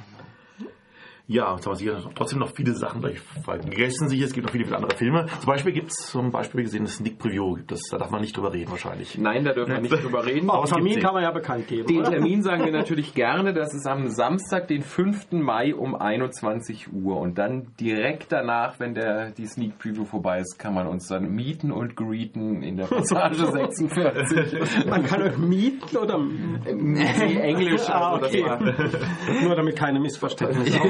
Ja, jetzt haben wir sicher trotzdem noch viele Sachen gleich vergessen. Sich, es gibt noch viele, viele andere Filme. Zum Beispiel gibt es zum Beispiel gesehen das Sneak Preview. Das, da darf man nicht drüber reden wahrscheinlich. Nein, da dürfen wir nicht drüber reden. Aber Termin kann man ja bekannt geben. Den oder? Termin sagen wir natürlich gerne. Das ist am Samstag, den fünften Mai um einundzwanzig Uhr. Und dann direkt danach, wenn der, die Sneak Preview vorbei ist, kann man uns dann mieten und greeten in der Passage sechsundvierzig. Man kann euch mieten oder... Nee, Englisch. Ah, Also okay. das war Nur damit keine Missverständnisse.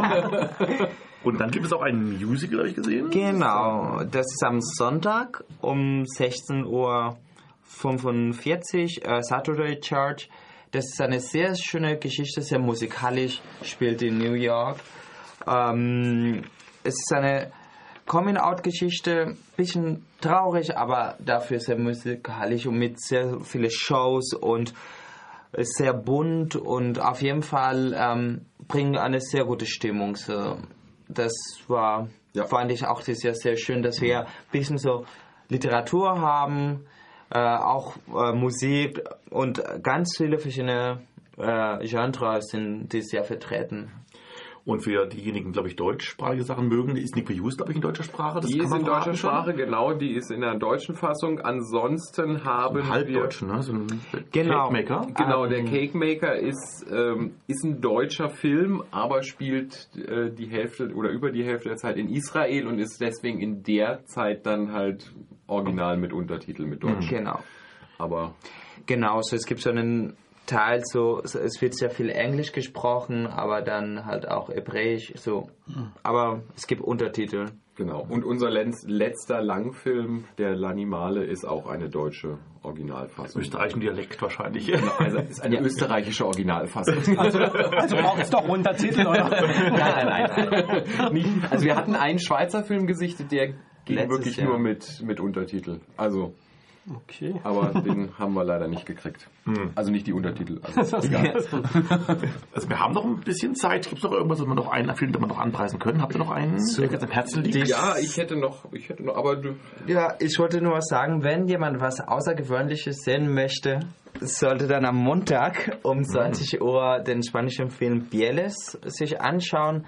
Und dann gibt es auch ein Musical, habe ich gesehen. Genau, das ist am Sonntag um sechzehn Uhr fünfundvierzig, äh, Saturday Church. Das ist eine sehr schöne Geschichte, sehr musikalisch, spielt in New York. Ähm, es ist eine Coming-out-Geschichte, bisschen traurig, aber dafür sehr musikalisch und mit sehr vielen Shows und ist sehr bunt und auf jeden Fall ähm, bringt eine sehr gute Stimmung. So, das war, ja. fand ich auch sehr, sehr schön, dass wir ein bisschen so Literatur haben, äh, auch äh, Musik und ganz viele verschiedene äh, Genres sind die sehr vertreten. Und für diejenigen, glaube ich, deutschsprachige Sachen mögen, die ist Sneak Preview, glaube ich, in deutscher Sprache. Das die kann ist man in deutscher verraten schon? Sprache, genau, die ist in der deutschen Fassung. Ansonsten haben Im Halbdeutschen, ne? So ein Genau. Cake Maker. Genau, der Cake Maker ist, ähm, ist ein deutscher Film, aber spielt äh, die Hälfte oder über die Hälfte der Zeit in Israel und ist deswegen in der Zeit dann halt original mit Untertiteln mit Deutsch. Genau. Aber Genau, so es gibt so einen Teil, so es wird sehr viel Englisch gesprochen, aber dann halt auch Hebräisch, so. Aber es gibt Untertitel. Genau. Und unser letzter Langfilm, der L'Animale, ist auch eine deutsche Originalfassung. Österreichischen Dialekt wahrscheinlich. Genau, also ist eine österreichische Originalfassung. Also, also braucht es doch Untertitel, oder? Nein, nein, nein. Nicht. Also wir hatten einen Schweizer Film gesichtet, der ging Letztes wirklich Jahr. nur mit, mit Untertitel. Also... Okay. Aber den haben wir leider nicht gekriegt. Hm. Also nicht die Untertitel. Also, egal. Also wir haben noch ein bisschen Zeit. Gibt es noch irgendwas, was wir noch einen Film, den wir noch anpreisen können? Habt ihr noch einen, so, der jetzt am Herzen liegt? Ja, ich hätte noch, ich hätte noch, aber du... Ja, ich wollte nur was sagen, wenn jemand was Außergewöhnliches sehen möchte, sollte dann am Montag um zwanzig Uhr den spanischen Film Pieles sich anschauen.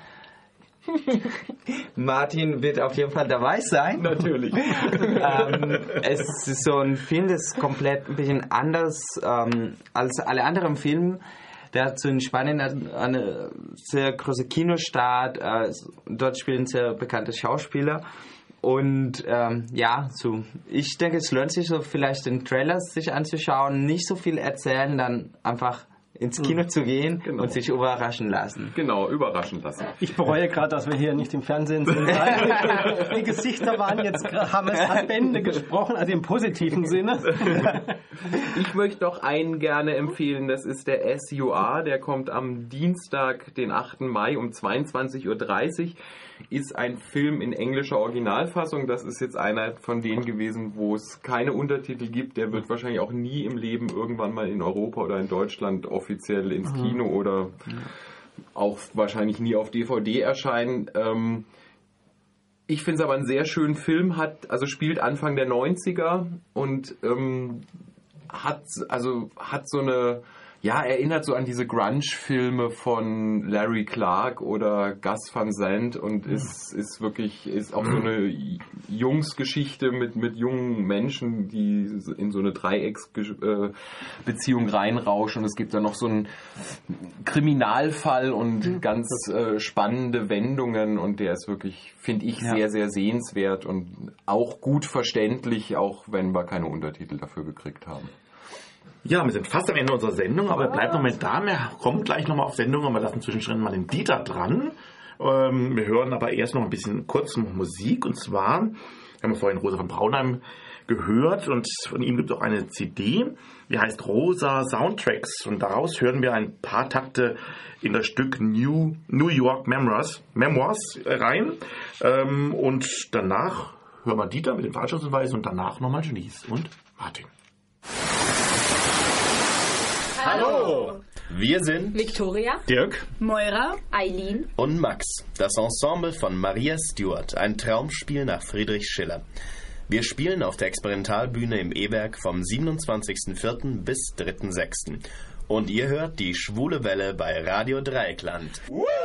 Martin wird auf jeden Fall dabei sein. Natürlich. ähm, es ist so ein Film, das ist komplett ein bisschen anders ähm, als alle anderen Filme. Der hat so in Spanien eine, eine sehr große Kinostadt. Äh, dort spielen sehr bekannte Schauspieler. Und ähm, ja, so ich denke, es lohnt sich so vielleicht den Trailer sich anzuschauen, nicht so viel erzählen, dann einfach ins Kino zu gehen genau. und sich überraschen lassen. Genau, überraschen lassen. Ich bereue gerade, dass wir hier nicht im Fernsehen sind. Die Gesichter waren jetzt, haben es an Bände gesprochen, also im positiven Sinne. Ich möchte noch einen gerne empfehlen, das ist der S U A, der kommt am Dienstag, den achten Mai um zweiundzwanzig Uhr dreißig. Ist ein Film in englischer Originalfassung. Das ist jetzt einer von denen gewesen, wo es keine Untertitel gibt. Der wird wahrscheinlich auch nie im Leben irgendwann mal in Europa oder in Deutschland offiziell ins Kino mhm. oder auch wahrscheinlich nie auf D V D erscheinen. Ähm, ich finde es aber einen sehr schönen Film, hat, also spielt Anfang der neunziger und ähm, hat, also hat so eine... Ja, erinnert so an diese Grunge-Filme von Larry Clark oder Gus Van Sant und ist, ist wirklich, ist auch so eine Jungsgeschichte mit, mit jungen Menschen, die in so eine Dreiecksbeziehung reinrauschen und es gibt dann noch so einen Kriminalfall und ganz äh, spannende Wendungen und der ist wirklich, finde ich, sehr, sehr sehenswert und auch gut verständlich, auch wenn wir keine Untertitel dafür gekriegt haben. Ja, wir sind fast am Ende unserer Sendung, aber bleibt noch mal da. Wir kommen gleich nochmal auf Sendung, aber lassen zwischendrin mal den Dieter dran. Ähm, wir hören aber erst noch ein bisschen kurz Musik. Und zwar haben wir vorhin Rosa von Braunheim gehört und von ihm gibt es auch eine C D, die heißt Rosa Soundtracks. Und daraus hören wir ein paar Takte in das Stück New, New York Memoirs, Memoirs rein. Ähm, und danach hören wir Dieter mit den Veranstaltungshinweisen und danach nochmal Janice und Martin. Hallo! Wir sind Victoria, Dirk, Moira, Eileen und Max, das Ensemble von Maria Stuart, ein Traumspiel nach Friedrich Schiller. Wir spielen auf der Experimentalbühne im E-Werk vom siebenundzwanzigsten vierten bis dritten sechsten Und ihr hört die Schwule Welle bei Radio Dreieckland.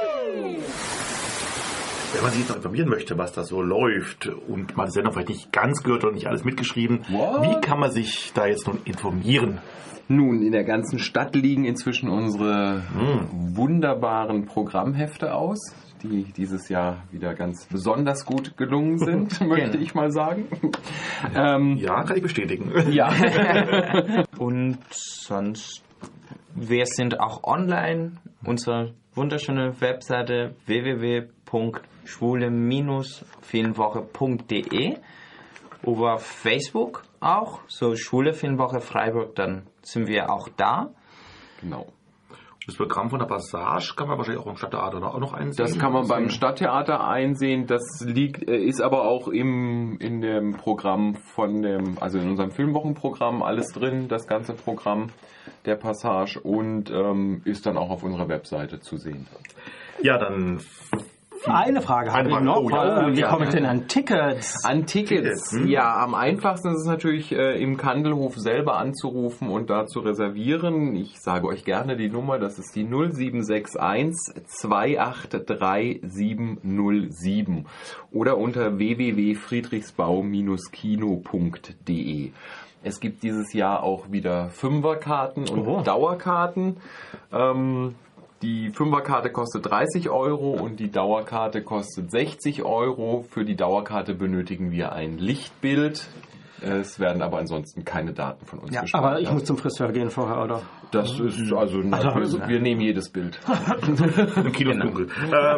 Wenn man sich jetzt noch informieren möchte, was da so läuft und man die Sendung vielleicht nicht ganz gehört und nicht alles mitgeschrieben, What? Wie kann man sich da jetzt nun informieren? Nun, in der ganzen Stadt liegen inzwischen unsere hm. wunderbaren Programmhefte aus, die dieses Jahr wieder ganz besonders gut gelungen sind, möchte ich mal sagen. Ähm, ja, kann ich bestätigen. Ja. Und sonst, wir sind auch online. Unsere wunderschöne Webseite w w w punkt schwule filmwoche punkt d e. Über Facebook auch, so Schwule Filmwoche Freiburg, dann sind wir auch da. Genau. Das Programm von der Passage kann man wahrscheinlich auch im Stadttheater auch noch einsehen. Das kann man beim Stadttheater einsehen. Das liegt, ist aber auch im, in dem Programm von dem, also in unserem Filmwochenprogramm alles drin, das ganze Programm der Passage und ähm, ist dann auch auf unserer Webseite zu sehen. Ja, dann... Eine Frage habe ich noch. Oh, ja, Wie ja. komme ich denn an Tickets? An Tickets? Hm? Ja, am einfachsten ist es natürlich äh, im Kandelhof selber anzurufen und da zu reservieren. Ich sage euch gerne die Nummer, das ist die null sieben sechs eins zwei acht drei sieben null sieben oder unter w w w punkt friedrichsbau Bindestrich kino punkt d e. Es gibt dieses Jahr auch wieder Fünferkarten und oh. Dauerkarten. Ähm, Die Fünferkarte kostet dreißig Euro und die Dauerkarte kostet sechzig Euro. Für die Dauerkarte benötigen wir ein Lichtbild. Es werden aber ansonsten keine Daten von uns ja, gespielt. Aber ich muss zum Friseur gehen vorher, oder? Das ist also, na, Also, wir, wir nehmen jedes Bild. Im Kino ist dunkel.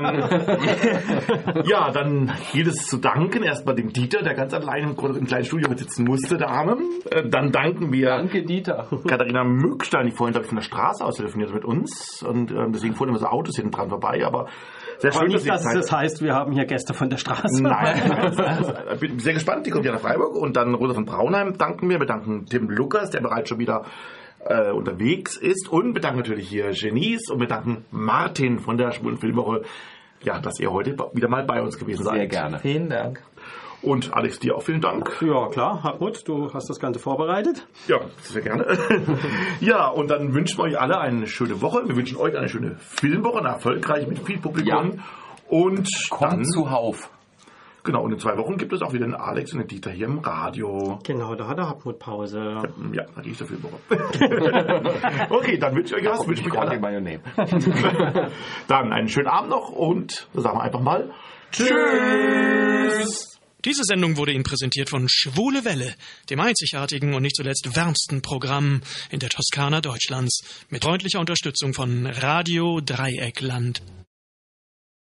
Ähm, ja, dann gilt es zu danken. Erstmal dem Dieter, der ganz allein im, im kleinen Studio mit sitzen musste, der Arme. Äh, dann danken wir Danke, Dieter. Katharina Mückstein, die vorhin, glaube ich, von der Straße aus telefoniert mit uns. Und äh, deswegen fuhren immer so Autos hinten dran vorbei. Aber sehr Aber schön, nicht, dass dass es das heißt, wir haben hier Gäste von der Straße. Nein, ich bin sehr gespannt. Die kommt ja nach Freiburg. Und dann Rosa von Braunheim danken wir. Wir danken Tim Lukas, der bereits schon wieder äh, unterwegs ist. Und wir danken natürlich hier Genies. Und wir danken Martin von der Schwulen Filmwoche, ja, dass ihr heute wieder mal bei uns gewesen seid. Sehr gerne. Vielen Dank. Und Alex, dir auch vielen Dank. Ja, klar, Hartmut, du hast das Ganze vorbereitet. Ja, sehr gerne. Ja, und dann wünschen wir euch alle eine schöne Woche. Wir wünschen euch eine schöne Filmwoche, eine erfolgreiche mit viel Publikum. Ja. Und Kommt dann zuhauf. Genau, und in zwei Wochen gibt es auch wieder einen Alex und einen Dieter hier im Radio. Genau, da hat er Hartmut Pause. Ja, da gehe ich dafür Woche. Okay, dann wünsche ich euch was. Wünsche ich euch alle. Dann einen schönen Abend noch und sagen wir einfach mal Tschüss. Diese Sendung wurde Ihnen präsentiert von Schwule Welle, dem einzigartigen und nicht zuletzt wärmsten Programm in der Toskana Deutschlands, mit freundlicher Unterstützung von Radio Dreieckland.